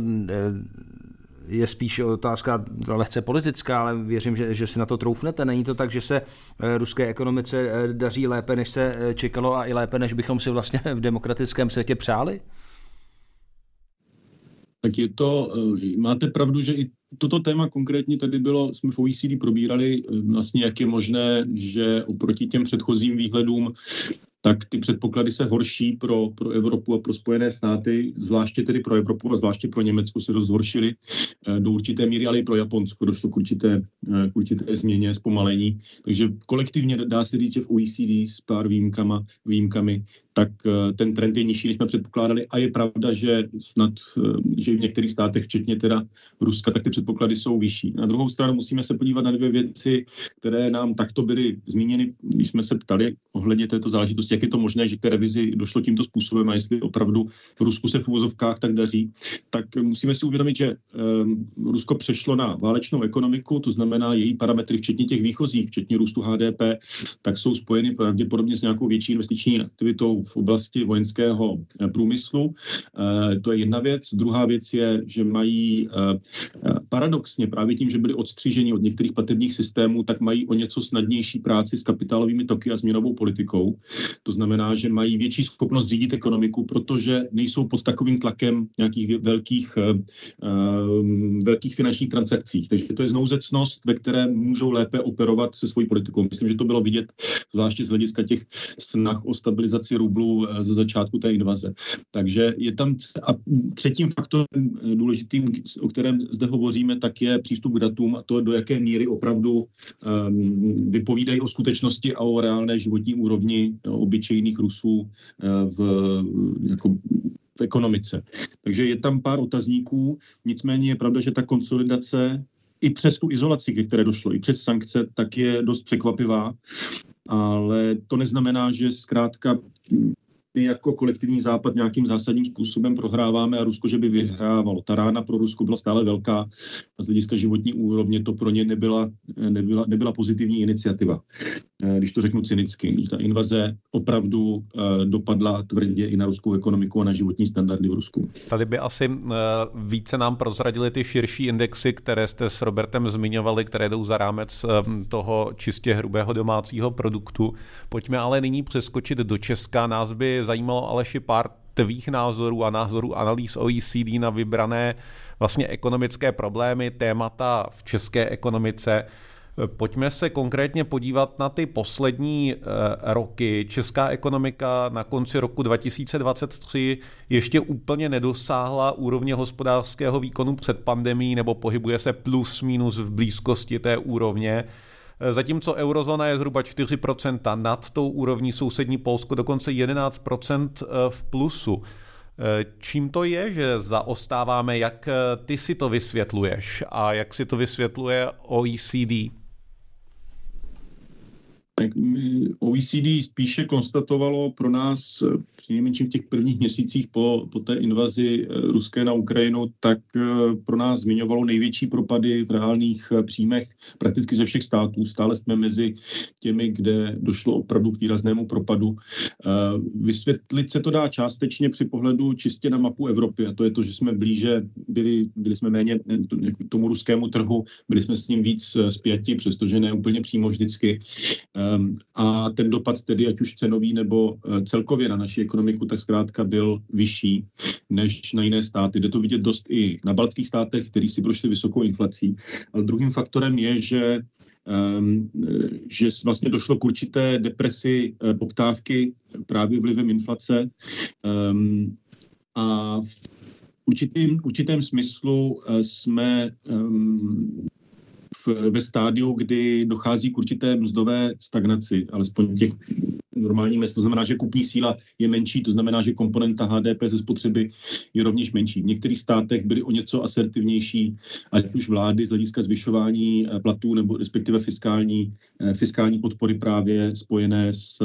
je spíš otázka lehce politická, ale věřím, že, že si na to troufnete. Není to tak, že se ruské ekonomice daří lépe, než se čekalo a i lépe, než bychom si vlastně v demokratickém světě přáli? Tak je to, máte pravdu, že i toto téma konkrétně tady bylo, jsme v O E C D probírali vlastně, jak je možné, že oproti těm předchozím výhledům tak ty předpoklady se horší pro, pro Evropu a pro Spojené státy, zvláště tedy pro Evropu a zvláště pro Německo se rozhoršily do určité míry, ale i pro Japonsko došlo k určité, k určité změně, zpomalení. Takže kolektivně dá se říct, že v O E C D s pár výjimkama, výjimkami, tak ten trend je nižší, než jsme předpokládali a je pravda, že snad, že v některých státech, včetně teda Ruska, tak ty předpoklady jsou vyšší. Na druhou stranu musíme se podívat na dvě věci, které nám takto byly zmíněny, když jsme se ptali ohledně této záležitosti, jak je to možné, že k té revizi došlo tímto způsobem a jestli opravdu v Rusku se v úvozovkách tak daří, tak musíme si uvědomit, že um, Rusko přešlo na válečnou ekonomiku, to znamená její parametry, včetně těch výchozích, včetně růstu H D P, tak jsou spojeny pravděpodobně s nějakou větší investiční aktivitou v oblasti vojenského průmyslu. To je jedna věc. Druhá věc je, že mají paradoxně právě tím, že byli odstřiženi od některých platebních systémů, tak mají o něco snadnější práci s kapitálovými toky a s měnovou politikou. To znamená, že mají větší schopnost řídit ekonomiku, protože nejsou pod takovým tlakem nějakých velkých, velkých finančních transakcí. Takže to je znouzecnost, ve které můžou lépe operovat se svojí politikou. Myslím, že to bylo vidět zvláště z hlediska těch snah o stabilizaci rublu ze začátku té invaze. Takže je tam a třetím faktorem důležitým, o kterém zde hovoříme, tak je přístup k datům a to, do jaké míry opravdu um, vypovídají o skutečnosti a o reálné životní úrovni obyčejných Rusů v, jako, v ekonomice. Takže je tam pár otazníků, nicméně je pravda, že ta konsolidace i přes tu izolaci, ke které došlo, i přes sankce, tak je dost překvapivá, ale to neznamená, že zkrátka my jako kolektivní západ nějakým zásadním způsobem prohráváme a Rusko, že by vyhrávalo. Ta rána pro Rusko byla stále velká a z hlediska životní úrovně to pro ně nebyla, nebyla, nebyla pozitivní iniciativa. Když to řeknu cynicky, ta invaze opravdu dopadla tvrdě i na ruskou ekonomiku a na životní standardy v Rusku. Tady by asi více nám prozradili ty širší indexy, které jste s Robertem zmiňovali, které jdou za rámec toho čistě hrubého domácího produktu. Pojďme ale nyní přeskočit do Česka. Nás by zajímalo, Aleši, pár tvých názorů a názorů analýz O E C D na vybrané vlastně ekonomické problémy, témata v české ekonomice. Pojďme se konkrétně podívat na ty poslední e, roky. Česká ekonomika na konci roku dva tisíce dvacet tři ještě úplně nedosáhla úrovně hospodářského výkonu před pandemií nebo pohybuje se plus minus v blízkosti té úrovně. Zatímco eurozóna je zhruba čtyři procenta nad tou úrovní, sousední Polsko dokonce jedenáct procent v plusu. Čím to je, že zaostáváme, jak ty si to vysvětluješ a jak si to vysvětluje O E C D? Tak O E C D spíše konstatovalo pro nás přinejmenším v těch prvních měsících po, po té invazi ruské na Ukrajinu, tak pro nás zmiňovalo největší propady v reálných příjmech prakticky ze všech států. Stále jsme mezi těmi, kde došlo opravdu k výraznému propadu. Vysvětlit se to dá částečně při pohledu čistě na mapu Evropy a to je to, že jsme blíže, byli, byli jsme méně k tomu ruskému trhu, byli jsme s ním víc spjati, přestože ne úplně přímo vždycky. A ten dopad tedy, ať už cenový nebo celkově na naši ekonomiku, tak zkrátka byl vyšší než na jiné státy. Jde to vidět dost i na baltských státech, který si prošli vysokou inflací. Ale druhým faktorem je, že, um, že vlastně došlo k určité depresi poptávky právě vlivem inflace. Um, a v určitým, určitém smyslu jsme um, ve stádiu, kdy dochází k určité mzdové stagnaci, alespoň těch normálních mezd. To znamená, že kupní síla je menší, to znamená, že komponenta H D P ze spotřeby je rovněž menší. V některých státech byly o něco asertivnější, ať už vlády z hlediska zvyšování platů nebo respektive fiskální, fiskální podpory právě spojené s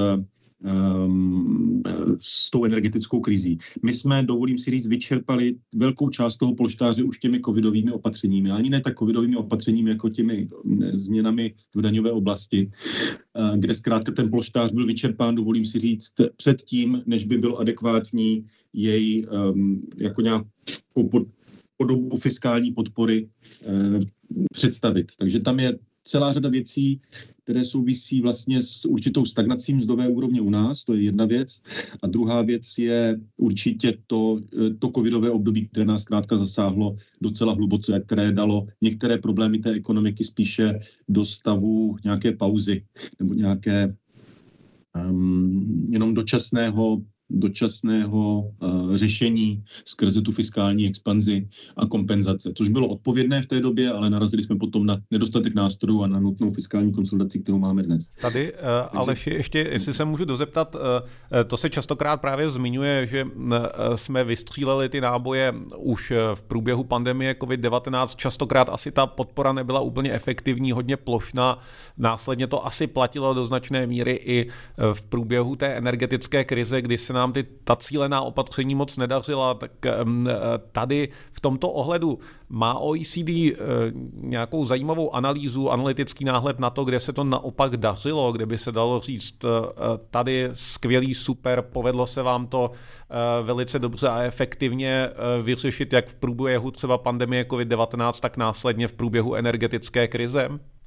s tou energetickou krizí. My jsme, dovolím si říct, vyčerpali velkou část toho polštáře už těmi covidovými opatřeními. Ani ne tak covidovými opatřeními, jako těmi změnami v daňové oblasti, kde zkrátka ten polštář byl vyčerpán, dovolím si říct, předtím, než by byl adekvátní jej um, jako nějakou podobu fiskální podpory um, představit. Takže tam je celá řada věcí, které souvisí vlastně s určitou stagnací mzdové úrovně u nás, to je jedna věc. A druhá věc je určitě to, to covidové období, které nás zkrátka zasáhlo docela hluboce a které dalo některé problémy té ekonomiky spíše do stavu nějaké pauzy nebo nějaké um, jenom dočasného dočasného uh, řešení skrze tu fiskální expanzi a kompenzace, což bylo odpovědné v té době, ale narazili jsme potom na nedostatek nástrojů a na nutnou fiskální konsolidaci, kterou máme dnes. Tady, uh, Aleši, ještě, jestli se můžu dozeptat, uh, to se častokrát právě zmiňuje, že uh, jsme vystříleli ty náboje už v průběhu pandemie covid devatenáct, častokrát asi ta podpora nebyla úplně efektivní, hodně plošná, následně to asi platilo do značné míry i v průběhu té energetické krize, kdy se nám ty, ta cílená opatření moc nedařila, tak tady v tomto ohledu má O E C D nějakou zajímavou analýzu, analytický náhled na to, kde se to naopak dařilo, kde by se dalo říct, tady skvělý, super, povedlo se vám to velice dobře a efektivně vyřešit jak v průběhu třeba pandemie covid devatenáct, tak následně v průběhu energetické krize?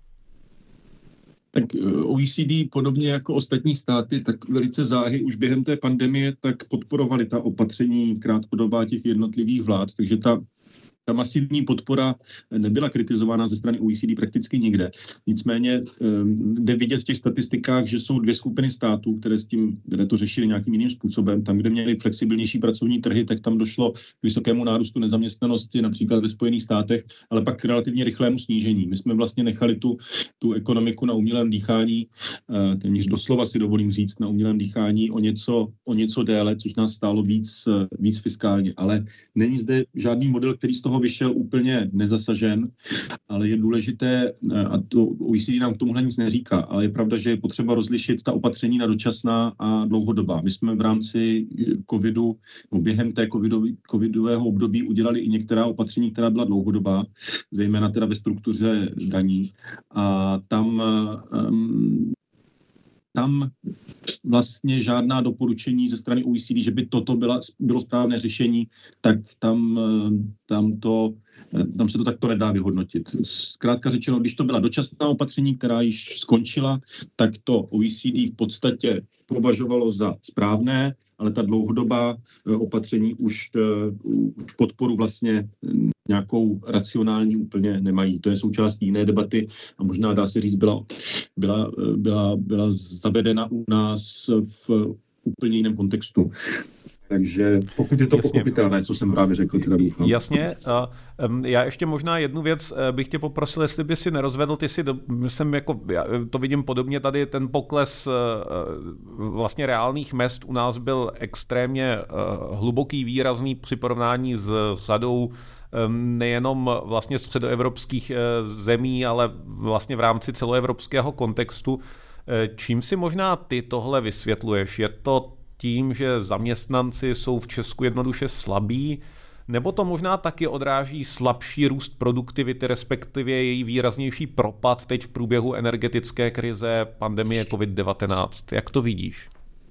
Tak O E C D, podobně jako ostatní státy, tak velice záhy už během té pandemie tak podporovali ta opatření krátkodobá těch jednotlivých vlád, takže ta Ta masivní podpora nebyla kritizována ze strany O E C D prakticky nikde. Nicméně jde vidět v těch statistikách, že jsou dvě skupiny států, které s tím, které to řešily nějakým jiným způsobem. Tam, kde měli flexibilnější pracovní trhy, tak tam došlo k vysokému nárůstu nezaměstnanosti, například ve Spojených státech, ale pak k relativně rychlému snížení. My jsme vlastně nechali tu, tu ekonomiku na umělém dýchání, téměř doslova si dovolím říct, na umělém dýchání o něco, o něco déle, což nás stálo víc, víc fiskálně. Ale není zde žádný model, který z toho vyšel úplně nezasažen, ale je důležité, a to O E C D nám k tomuhle nic neříká, ale je pravda, že je potřeba rozlišit ta opatření na dočasná a dlouhodobá. My jsme v rámci covidu, no během té covidový, covidového období udělali i některá opatření, která byla dlouhodobá, zejména teda ve struktuře daní. A tam um, Tam vlastně žádná doporučení ze strany O E C D, že by toto byla, bylo správné řešení, tak tam, tam, to, tam se to takto nedá vyhodnotit. Zkrátka řečeno, když to byla dočasná opatření, která již skončila, tak to O E C D v podstatě považovalo za správné, ale ta dlouhodobá opatření už, už podporu vlastně nějakou racionální úplně nemají. To je součástí jiné debaty a možná dá se říct, byla, byla, byla, byla zavedena u nás v úplně jiném kontextu. Takže pokud je to Jasně. pochopitelné, co jsem právě řekl, teda doufám. Jasně. Já ještě možná jednu věc bych tě poprosil, jestli by si nerozvedl, ty si, jsem jako, já to vidím podobně tady, ten pokles vlastně reálných mezd u nás byl extrémně hluboký, výrazný při porovnání s řadou nejenom vlastně středoevropských zemí, ale vlastně v rámci celoevropského kontextu. Čím si možná ty tohle vysvětluješ? Je to tím, že zaměstnanci jsou v Česku jednoduše slabí, nebo to možná taky odráží slabší růst produktivity, respektive její výraznější propad teď v průběhu energetické krize, pandemie covid devatenáct? Jak to vidíš?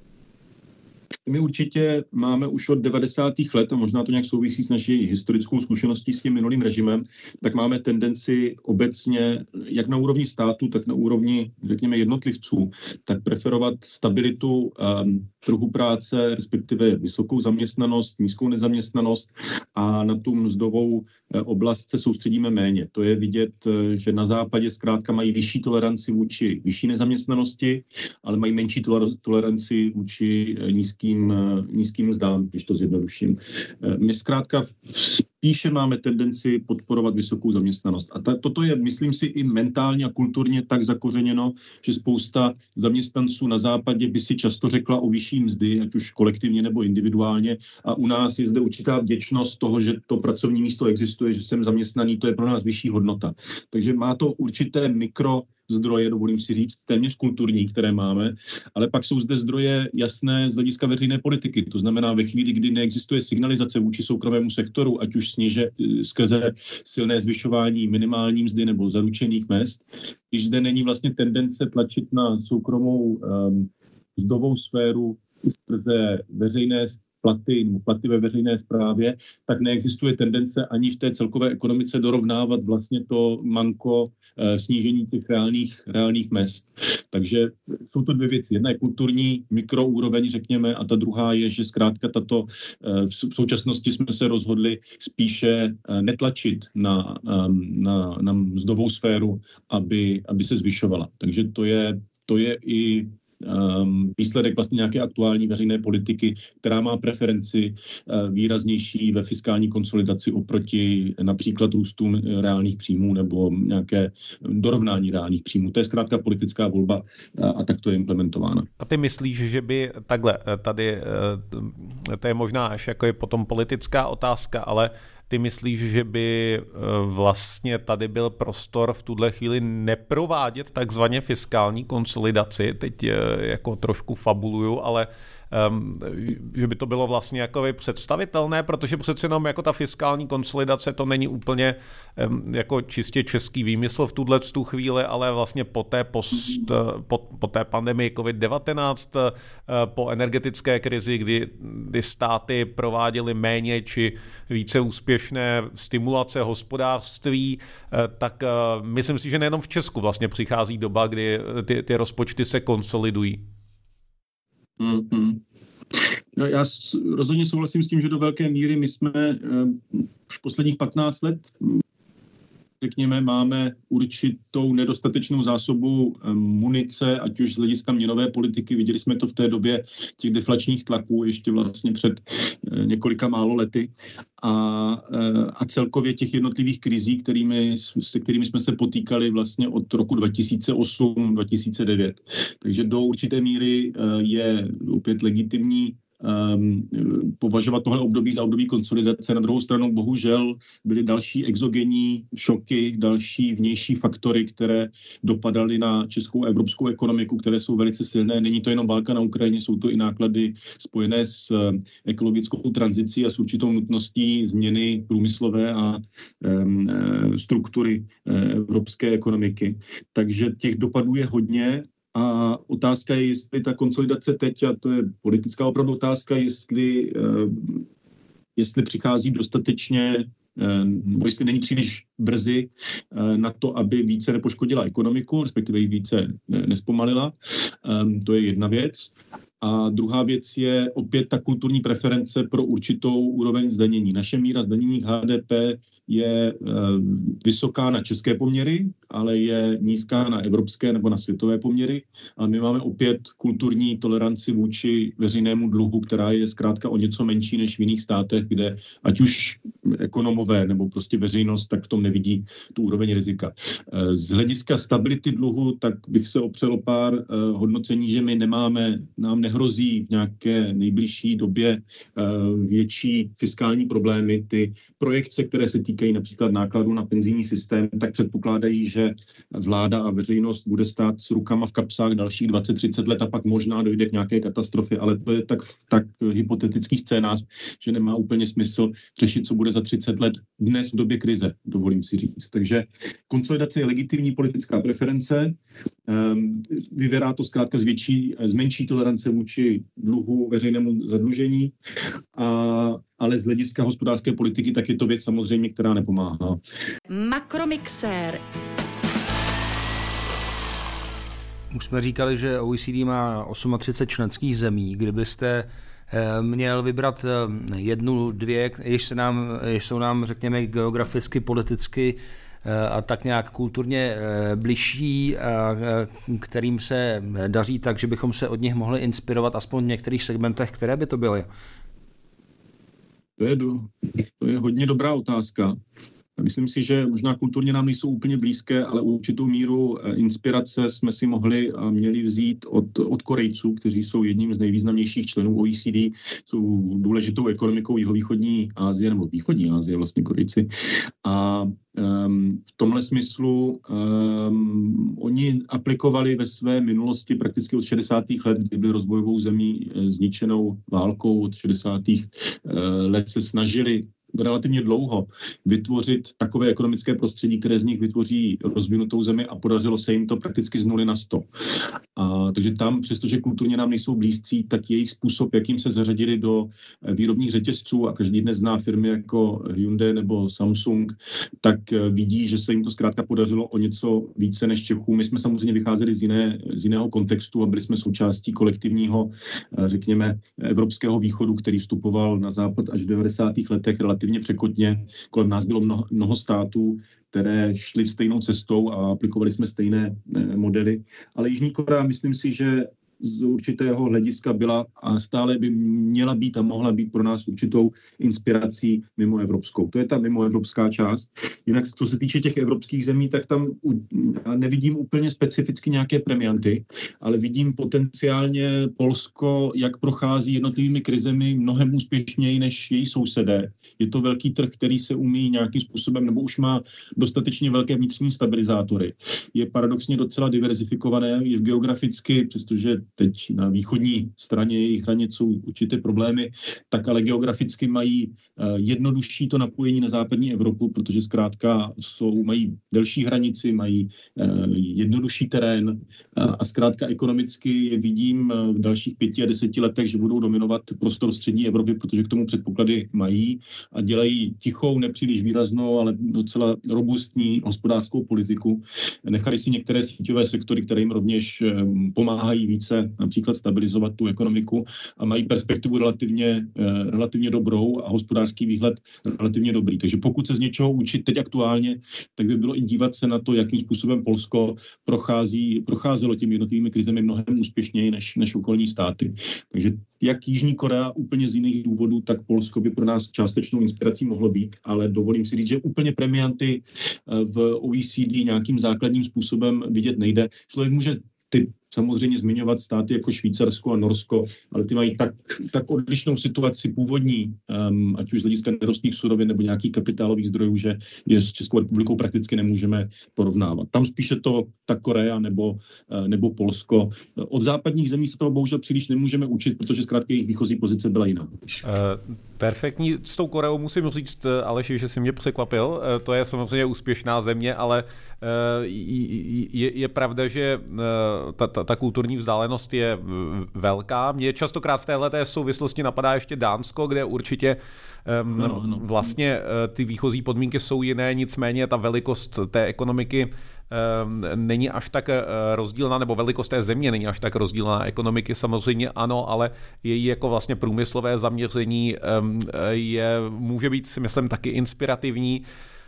My určitě máme už od devadesátých let, a možná to nějak souvisí s naší historickou zkušeností s tím minulým režimem, tak máme tendenci obecně, jak na úrovni státu, tak na úrovni, řekněme, jednotlivců, tak preferovat stabilitu um, trhu práce, respektive vysokou zaměstnanost, nízkou nezaměstnanost a na tu mzdovou oblast se soustředíme méně. To je vidět, že na západě zkrátka mají vyšší toleranci vůči vyšší nezaměstnanosti, ale mají menší toleranci vůči nízkým, nízkým mzdám, když to zjednoduším. My zkrátka spíše máme tendenci podporovat vysokou zaměstnanost. A ta, toto je, myslím si, i mentálně a kulturně tak zakořeněno, že spousta zaměstnanců na západě by si často řekla o vyšší mzdy, ať už kolektivně nebo individuálně. A u nás je zde určitá vděčnost toho, že to pracovní místo existuje, že jsem zaměstnaný, to je pro nás vyšší hodnota. Takže má to určité mikro zdroje, dovolím si říct, téměř kulturní, které máme, ale pak jsou zde zdroje jasné z hlediska veřejné politiky. To znamená, ve chvíli, kdy neexistuje signalizace vůči soukromému sektoru, ať už sniže, skrze silné zvyšování minimální mzdy nebo zaručených mezd, když zde není vlastně tendence tlačit na soukromou um, mzdovou sféru skrze veřejné platy, platy ve veřejné správě, tak neexistuje tendence ani v té celkové ekonomice dorovnávat vlastně to manko e, snížení těch reálných, reálných mezd. Takže jsou to dvě věci. Jedna je kulturní mikroúroveň, řekněme, a ta druhá je, že zkrátka tato e, v současnosti jsme se rozhodli spíše e, netlačit na, na, na mzdovou sféru, aby, aby se zvyšovala. Takže to je, to je i Um, výsledek vlastně nějaké aktuální veřejné politiky, která má preferenci uh, výraznější ve fiskální konsolidaci oproti například růstu reálných příjmů nebo nějaké dorovnání reálných příjmů. To je zkrátka politická volba uh, a tak to je implementována. A ty myslíš, že by takhle, tady, to je možná až jako je potom politická otázka, ale ty myslíš, že by vlastně tady byl prostor v tuhle chvíli neprovádět takzvaně fiskální konsolidaci? Teď jako trošku fabuluju, ale Um, že by to bylo vlastně jako představitelné, protože přece jenom jako ta fiskální konsolidace to není úplně um, jako čistě český výmysl v tuhle tu chvíli, ale vlastně po té, post, po, po té pandemii covid devatenáct, uh, po energetické krizi, kdy, kdy státy prováděly méně či více úspěšné stimulace hospodářství, uh, tak uh, myslím si, že nejenom v Česku vlastně přichází doba, kdy ty, ty rozpočty se konsolidují. Mm-hmm. No, já rozhodně souhlasím s tím, že do velké míry my jsme uh, už posledních patnáct let, řekněme, máme určitou nedostatečnou zásobu um, munice, ať už z hlediska měnové politiky. Viděli jsme to v té době těch deflačních tlaků ještě vlastně před uh, několika málo lety. A, a celkově těch jednotlivých krizí, kterými, se kterými jsme se potýkali vlastně od roku dva tisíce osm dva tisíce devět. Takže do určité míry je opět legitimní Um, považovat tohle období za období konsolidace. Na druhou stranu bohužel byly další exogenní šoky, další vnější faktory, které dopadaly na českou a evropskou ekonomiku, které jsou velice silné. Není to jenom válka na Ukrajině, jsou to i náklady spojené s ekologickou tranzicí a s určitou nutností změny průmyslové a um, struktury evropské ekonomiky. Takže těch dopadů je hodně. A otázka je, jestli ta konsolidace teď, a to je politická opravdu otázka, jestli, jestli přichází dostatečně, nebo jestli není příliš brzy na to, aby více nepoškodila ekonomiku, respektive ji více nespomalila. To je jedna věc. A druhá věc je opět ta kulturní preference pro určitou úroveň zdanění. Naše míra zdanění H D P je vysoká na české poměry, ale je nízká na evropské nebo na světové poměry. A my máme opět kulturní toleranci vůči veřejnému dluhu, která je zkrátka o něco menší než v jiných státech, kde ať už ekonomové nebo prostě veřejnost tak v tom nevidí tu úroveň rizika. Z hlediska stability dluhu, tak bych se opřel o pár hodnocení, že my nemáme, nám nehrozí v nějaké nejbližší době větší fiskální problémy. Ty projekce, které se týkají například nákladů na penzijní systém, tak předpokládají, že vláda a veřejnost bude stát s rukama v kapsách dalších dvacet třicet let a pak možná dojde k nějaké katastrofě, ale to je tak, tak hypotetický scénář, že nemá úplně smysl řešit, co bude za třicet let dnes v době krize, dovolím si říct. Takže konsolidace je legitimní politická preference, um, vyverá to zkrátka z, větší, z menší tolerance vůči dluhu, veřejnému zadlužení, a, ale z hlediska hospodářské politiky tak je to věc samozřejmě, která nepomáhá. Makromixér. Už jsme říkali, že O E C D má třicet osm členských zemí. Kdybyste měl vybrat jednu, dvě, jež se nám, jež jsou nám, řekněme, geograficky, politicky a tak nějak kulturně bližší, a kterým se daří tak, že bychom se od nich mohli inspirovat aspoň v některých segmentech, které by to byly? To je, do, to je hodně dobrá otázka. Myslím si, že možná kulturně nám nejsou úplně blízké, ale určitou míru inspirace jsme si mohli a měli vzít od, od Korejců, kteří jsou jedním z nejvýznamnějších členů O E C D, jsou důležitou ekonomikou jihovýchodní Asie, nebo východní Asie vlastně Korejci. A um, v tomhle smyslu um, oni aplikovali ve své minulosti prakticky od šedesátých let, kdy byli rozvojovou zemí zničenou válkou, od šedesátých let se snažili relativně dlouho vytvořit takové ekonomické prostředí, které z nich vytvoří rozvinutou zemi, a podařilo se jim to prakticky z nuly na sto. A, takže tam, přestože kulturně nám nejsou blízcí, tak jejich způsob, jakým se zařadili do výrobních řetězců, a každý dnes zná firmy jako Hyundai nebo Samsung, tak vidí, že se jim to zkrátka podařilo o něco více než Čechů. My jsme samozřejmě vycházeli z, jiné, z jiného kontextu a byli jsme součástí kolektivního, řekněme, evropského východu, který vstupoval na západ až v devadesátých letech relativně překotně. Kolem nás bylo mnoho, mnoho států, které šly stejnou cestou a aplikovali jsme stejné modely. Ale Jižní Korea, myslím si, že z určitého hlediska byla a stále by měla být a mohla být pro nás určitou inspirací mimo evropskou. To je ta mimoevropská část. Jinak, co se týče těch evropských zemí, tak tam nevidím úplně specificky nějaké premianty, ale vidím potenciálně Polsko, jak prochází jednotlivými krizemi mnohem úspěšněji než její sousedé. Je to velký trh, který se umí nějakým způsobem, nebo už má dostatečně velké vnitřní stabilizátory. Je paradoxně docela diverzifikované, je geograficky, přestože teď na východní straně jejich hranic jsou určité problémy, tak ale geograficky mají jednodušší to napojení na západní Evropu, protože zkrátka jsou, mají delší hranici, mají jednodušší terén a zkrátka ekonomicky je vidím v dalších pěti a deseti letech, že budou dominovat prostor střední Evropy, protože k tomu předpoklady mají a dělají tichou, nepříliš výraznou, ale docela robustní hospodářskou politiku. Nechali si některé síťové sektory, které jim rovněž pomáhají více například stabilizovat tu ekonomiku a mají perspektivu relativně, relativně dobrou a hospodářský výhled relativně dobrý. Takže pokud se z něčeho učit teď aktuálně, tak by bylo i dívat se na to, jakým způsobem Polsko prochází, procházelo těmi jednotlivými krizemi mnohem úspěšněji než, než okolní státy. Takže jak Jižní Korea úplně z jiných důvodů, tak Polsko by pro nás částečnou inspirací mohlo být, ale dovolím si říct, že úplně premianty v O E C D nějakým základním způsobem vidět nejde. Člověk může ty samozřejmě zmiňovat státy jako Švýcarsko a Norsko, ale ty mají tak, tak odlišnou situaci původní, um, ať už z hlediska nerostných surovin nebo nějakých kapitálových zdrojů, že je s Českou republikou prakticky nemůžeme porovnávat. Tam spíše to ta Korea nebo, uh, nebo Polsko. Od západních zemí se toho bohužel příliš nemůžeme učit, protože zkrátka jejich výchozí pozice byla jiná. Uh, perfektní. S tou Koreou musím říct, Aleši, že jsi mě překvapil. Uh, to je samozřejmě úspěšná země, ale uh, je, je pravda, že uh, ta, ta ta kulturní vzdálenost je velká. Mně častokrát v téhleté souvislosti napadá ještě Dánsko, kde určitě um, no, no. vlastně uh, ty výchozí podmínky jsou jiné, nicméně ta velikost té ekonomiky um, není až tak uh, rozdílná, nebo velikost té země není až tak rozdílná. Ekonomiky samozřejmě ano, ale její jako vlastně průmyslové zaměření um, je, může být, si myslím, taky inspirativní.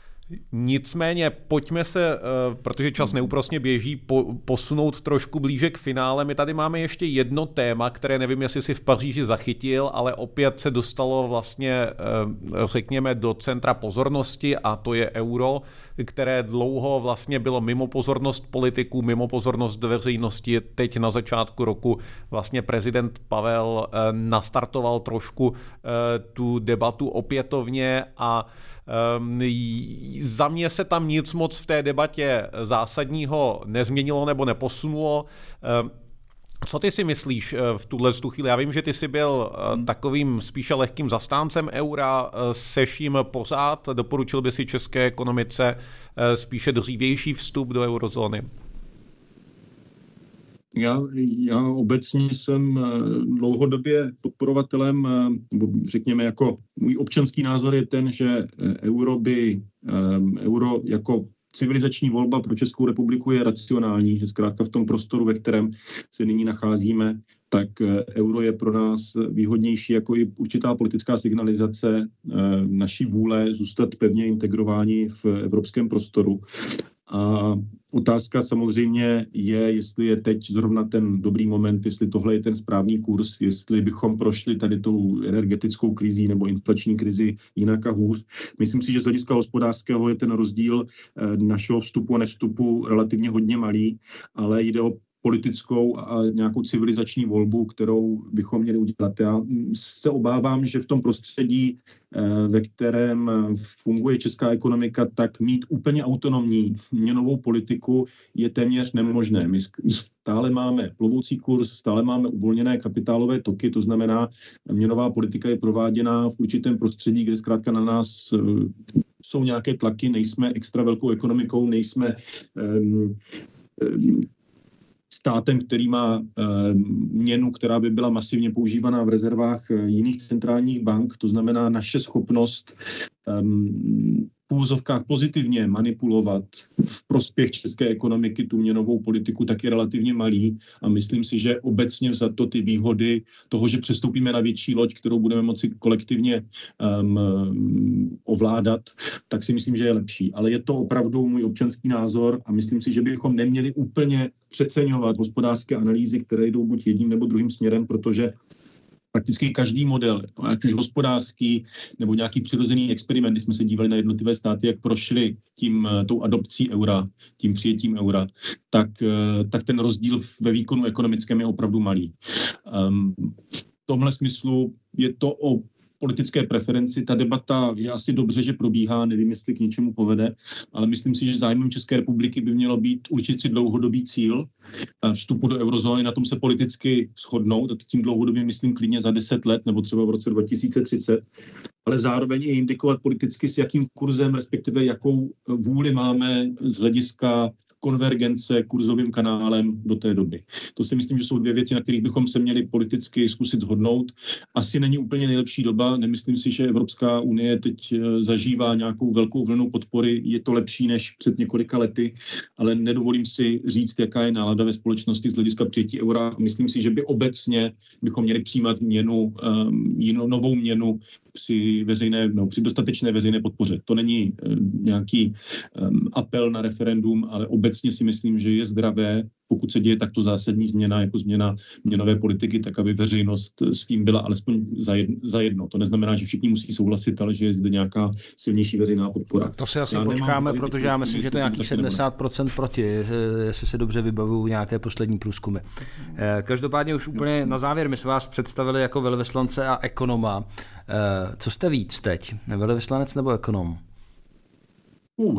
Nicméně pojďme se, protože čas neúprosně běží, posunout trošku blíže k finále. My tady máme ještě jedno téma, které nevím, jestli si v Paříži zachytil, ale opět se dostalo vlastně, řekněme, do centra pozornosti a to je euro, které dlouho vlastně bylo mimo pozornost politiků, mimo pozornost veřejnosti. Teď na začátku roku vlastně prezident Pavel nastartoval trošku tu debatu opětovně a Um, za mě se tam nic moc v té debatě zásadního nezměnilo nebo neposunulo. Um, co ty si myslíš v tuhle chvíli? Já vím, že ty jsi byl takovým spíše lehkým zastáncem eura, seš jim pořád, doporučil by si české ekonomice spíše dřívější vstup do eurozóny? Já, já obecně jsem dlouhodobě podporovatelem, řekněme, jako můj občanský názor je ten, že euro by, euro jako civilizační volba pro Českou republiku je racionální, že zkrátka v tom prostoru, ve kterém se nyní nacházíme, tak euro je pro nás výhodnější jako i určitá politická signalizace naší vůle zůstat pevně integrováni v evropském prostoru. A otázka samozřejmě je, jestli je teď zrovna ten dobrý moment, jestli tohle je ten správný kurz, jestli bychom prošli tady tou energetickou krizí nebo inflační krizi jinak a hůř. Myslím si, že z hlediska hospodářského je ten rozdíl našeho vstupu a nevstupu relativně hodně malý, ale jde o politickou a nějakou civilizační volbu, kterou bychom měli udělat. Já se obávám, že v tom prostředí, ve kterém funguje česká ekonomika, tak mít úplně autonomní měnovou politiku je téměř nemožné. My stále máme plovoucí kurz, stále máme uvolněné kapitálové toky, to znamená, měnová politika je prováděná v určitém prostředí, kde zkrátka na nás jsou nějaké tlaky, nejsme extra velkou ekonomikou, nejsme um, um, státem, který má e, měnu, která by byla masivně používaná v rezervách e, jiných centrálních bank. To znamená, naše schopnost e, v úvozovkách pozitivně manipulovat v prospěch české ekonomiky tu měnovou politiku, tak je relativně malý a myslím si, že obecně za to ty výhody toho, že přestoupíme na větší loď, kterou budeme moci kolektivně um, ovládat, tak si myslím, že je lepší. Ale je to opravdu můj občanský názor a myslím si, že bychom neměli úplně přeceňovat hospodářské analýzy, které jdou buď jedním nebo druhým směrem, protože prakticky každý model, ať už hospodářský nebo nějaký přirozený experiment, když jsme se dívali na jednotlivé státy, jak prošli tím, tou adopcí eura, tím přijetím eura, tak, tak ten rozdíl ve výkonu ekonomickém je opravdu malý. Um, v tomhle smyslu je to o politické preferenci. Ta debata je asi dobře, že probíhá, nevím, jestli k něčemu povede, ale myslím si, že zájmem České republiky by mělo být určit si dlouhodobý cíl vstupu do eurozóny, na tom se politicky shodnout, a tím dlouhodobě myslím klidně za deset let nebo třeba v roce dva tisíce třicet, ale zároveň i indikovat politicky, s jakým kurzem, respektive jakou vůli máme z hlediska konvergence kurzovým kanálem do té doby. To si myslím, že jsou dvě věci, na kterých bychom se měli politicky zkusit shodnout. Asi není úplně nejlepší doba, nemyslím si, že Evropská unie teď zažívá nějakou velkou vlnu podpory, je to lepší než před několika lety, ale nedovolím si říct, jaká je nálada ve společnosti z hlediska přijetí eura. Myslím si, že by obecně bychom měli přijímat měnu, um, jinou novou měnu při veřejné, no, při dostatečné veřejné podpoře. To není um, nějaký um, apel na referendum, ale obecně si myslím, že je zdravé, pokud se děje takto zásadní změna, jako změna měnové politiky, tak aby veřejnost s tím byla alespoň za jedno. To neznamená, že všichni musí souhlasit, ale že je zde nějaká silnější veřejná podpora. To si asi já počkáme, protože já myslím, že to je nějaký sedmdesát procent proti, jestli se dobře vybavuju nějaké poslední průzkumy. Každopádně už úplně na závěr, my jsme vás představili jako velvyslance a ekonoma. Co jste víc teď? Velvyslanec nebo ekonom? Uh, uh,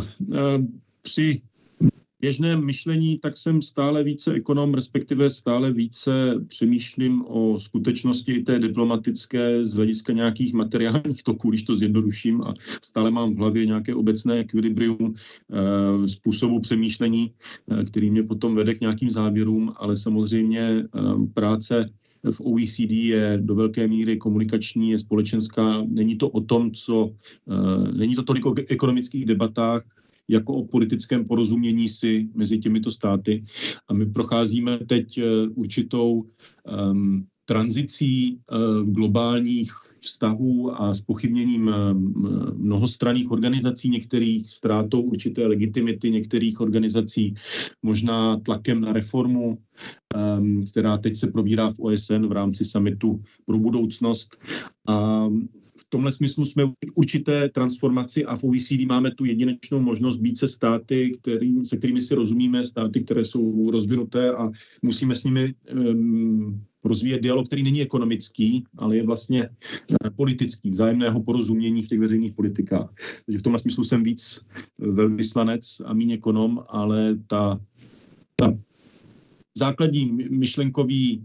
při běžném myšlení, tak jsem stále více ekonom, respektive stále více přemýšlím o skutečnosti té diplomatické z hlediska nějakých materiálních toků, když to zjednoduším, a stále mám v hlavě nějaké obecné ekvilibrium e, způsobu přemýšlení, e, který mě potom vede k nějakým závěrům, ale samozřejmě e, práce v O E C D je do velké míry komunikační, je společenská. Není to o tom, co, e, není to tolik o ekonomických debatách, jako o politickém porozumění si mezi těmito státy. A my procházíme teď určitou um, tranzicí uh, globálních vztahů a zpochybněním mnohostranných organizací, některých ztrátou určité legitimity, některých organizací možná tlakem na reformu, um, která teď se probírá v O S N v rámci summitu pro budoucnost. A v tomhle smyslu jsme v určité transformaci a v O E C D máme tu jedinečnou možnost být se státy, který, se kterými si rozumíme, státy, které jsou rozvinuté a musíme s nimi um, rozvíjet dialog, který není ekonomický, ale je vlastně politický, vzájemného porozumění v těch veřejných politikách. Takže v tomhle smyslu jsem víc velvyslanec a míň ekonom, ale ta, ta základní myšlenkový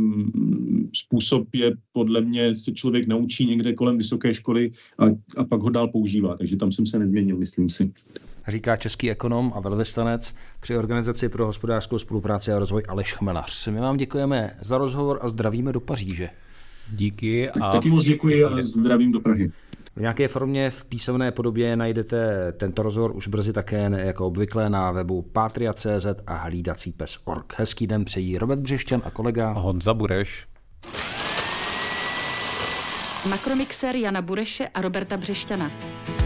um, způsob je podle mě, se člověk naučí někde kolem vysoké školy a, a pak ho dál používá. Takže tam jsem se nezměnil, myslím si. Říká český ekonom a velvyslanec při Organizaci pro hospodářskou spolupráci a rozvoj Aleš Chmelař. My vám děkujeme za rozhovor a zdravíme do Paříže. Díky. Tak, a... Taky moc děkuji a zdravím do Prahy. V nějaké formě v písemné podobě najdete tento rozhovor už brzy také jako obvykle na webu patria tečka cé zet a hlídací pes tečka org. Hezký den přejí Robert Břešťan a kolega Honza Bureš. Makromixer Jana Bureše a Roberta Břešťana.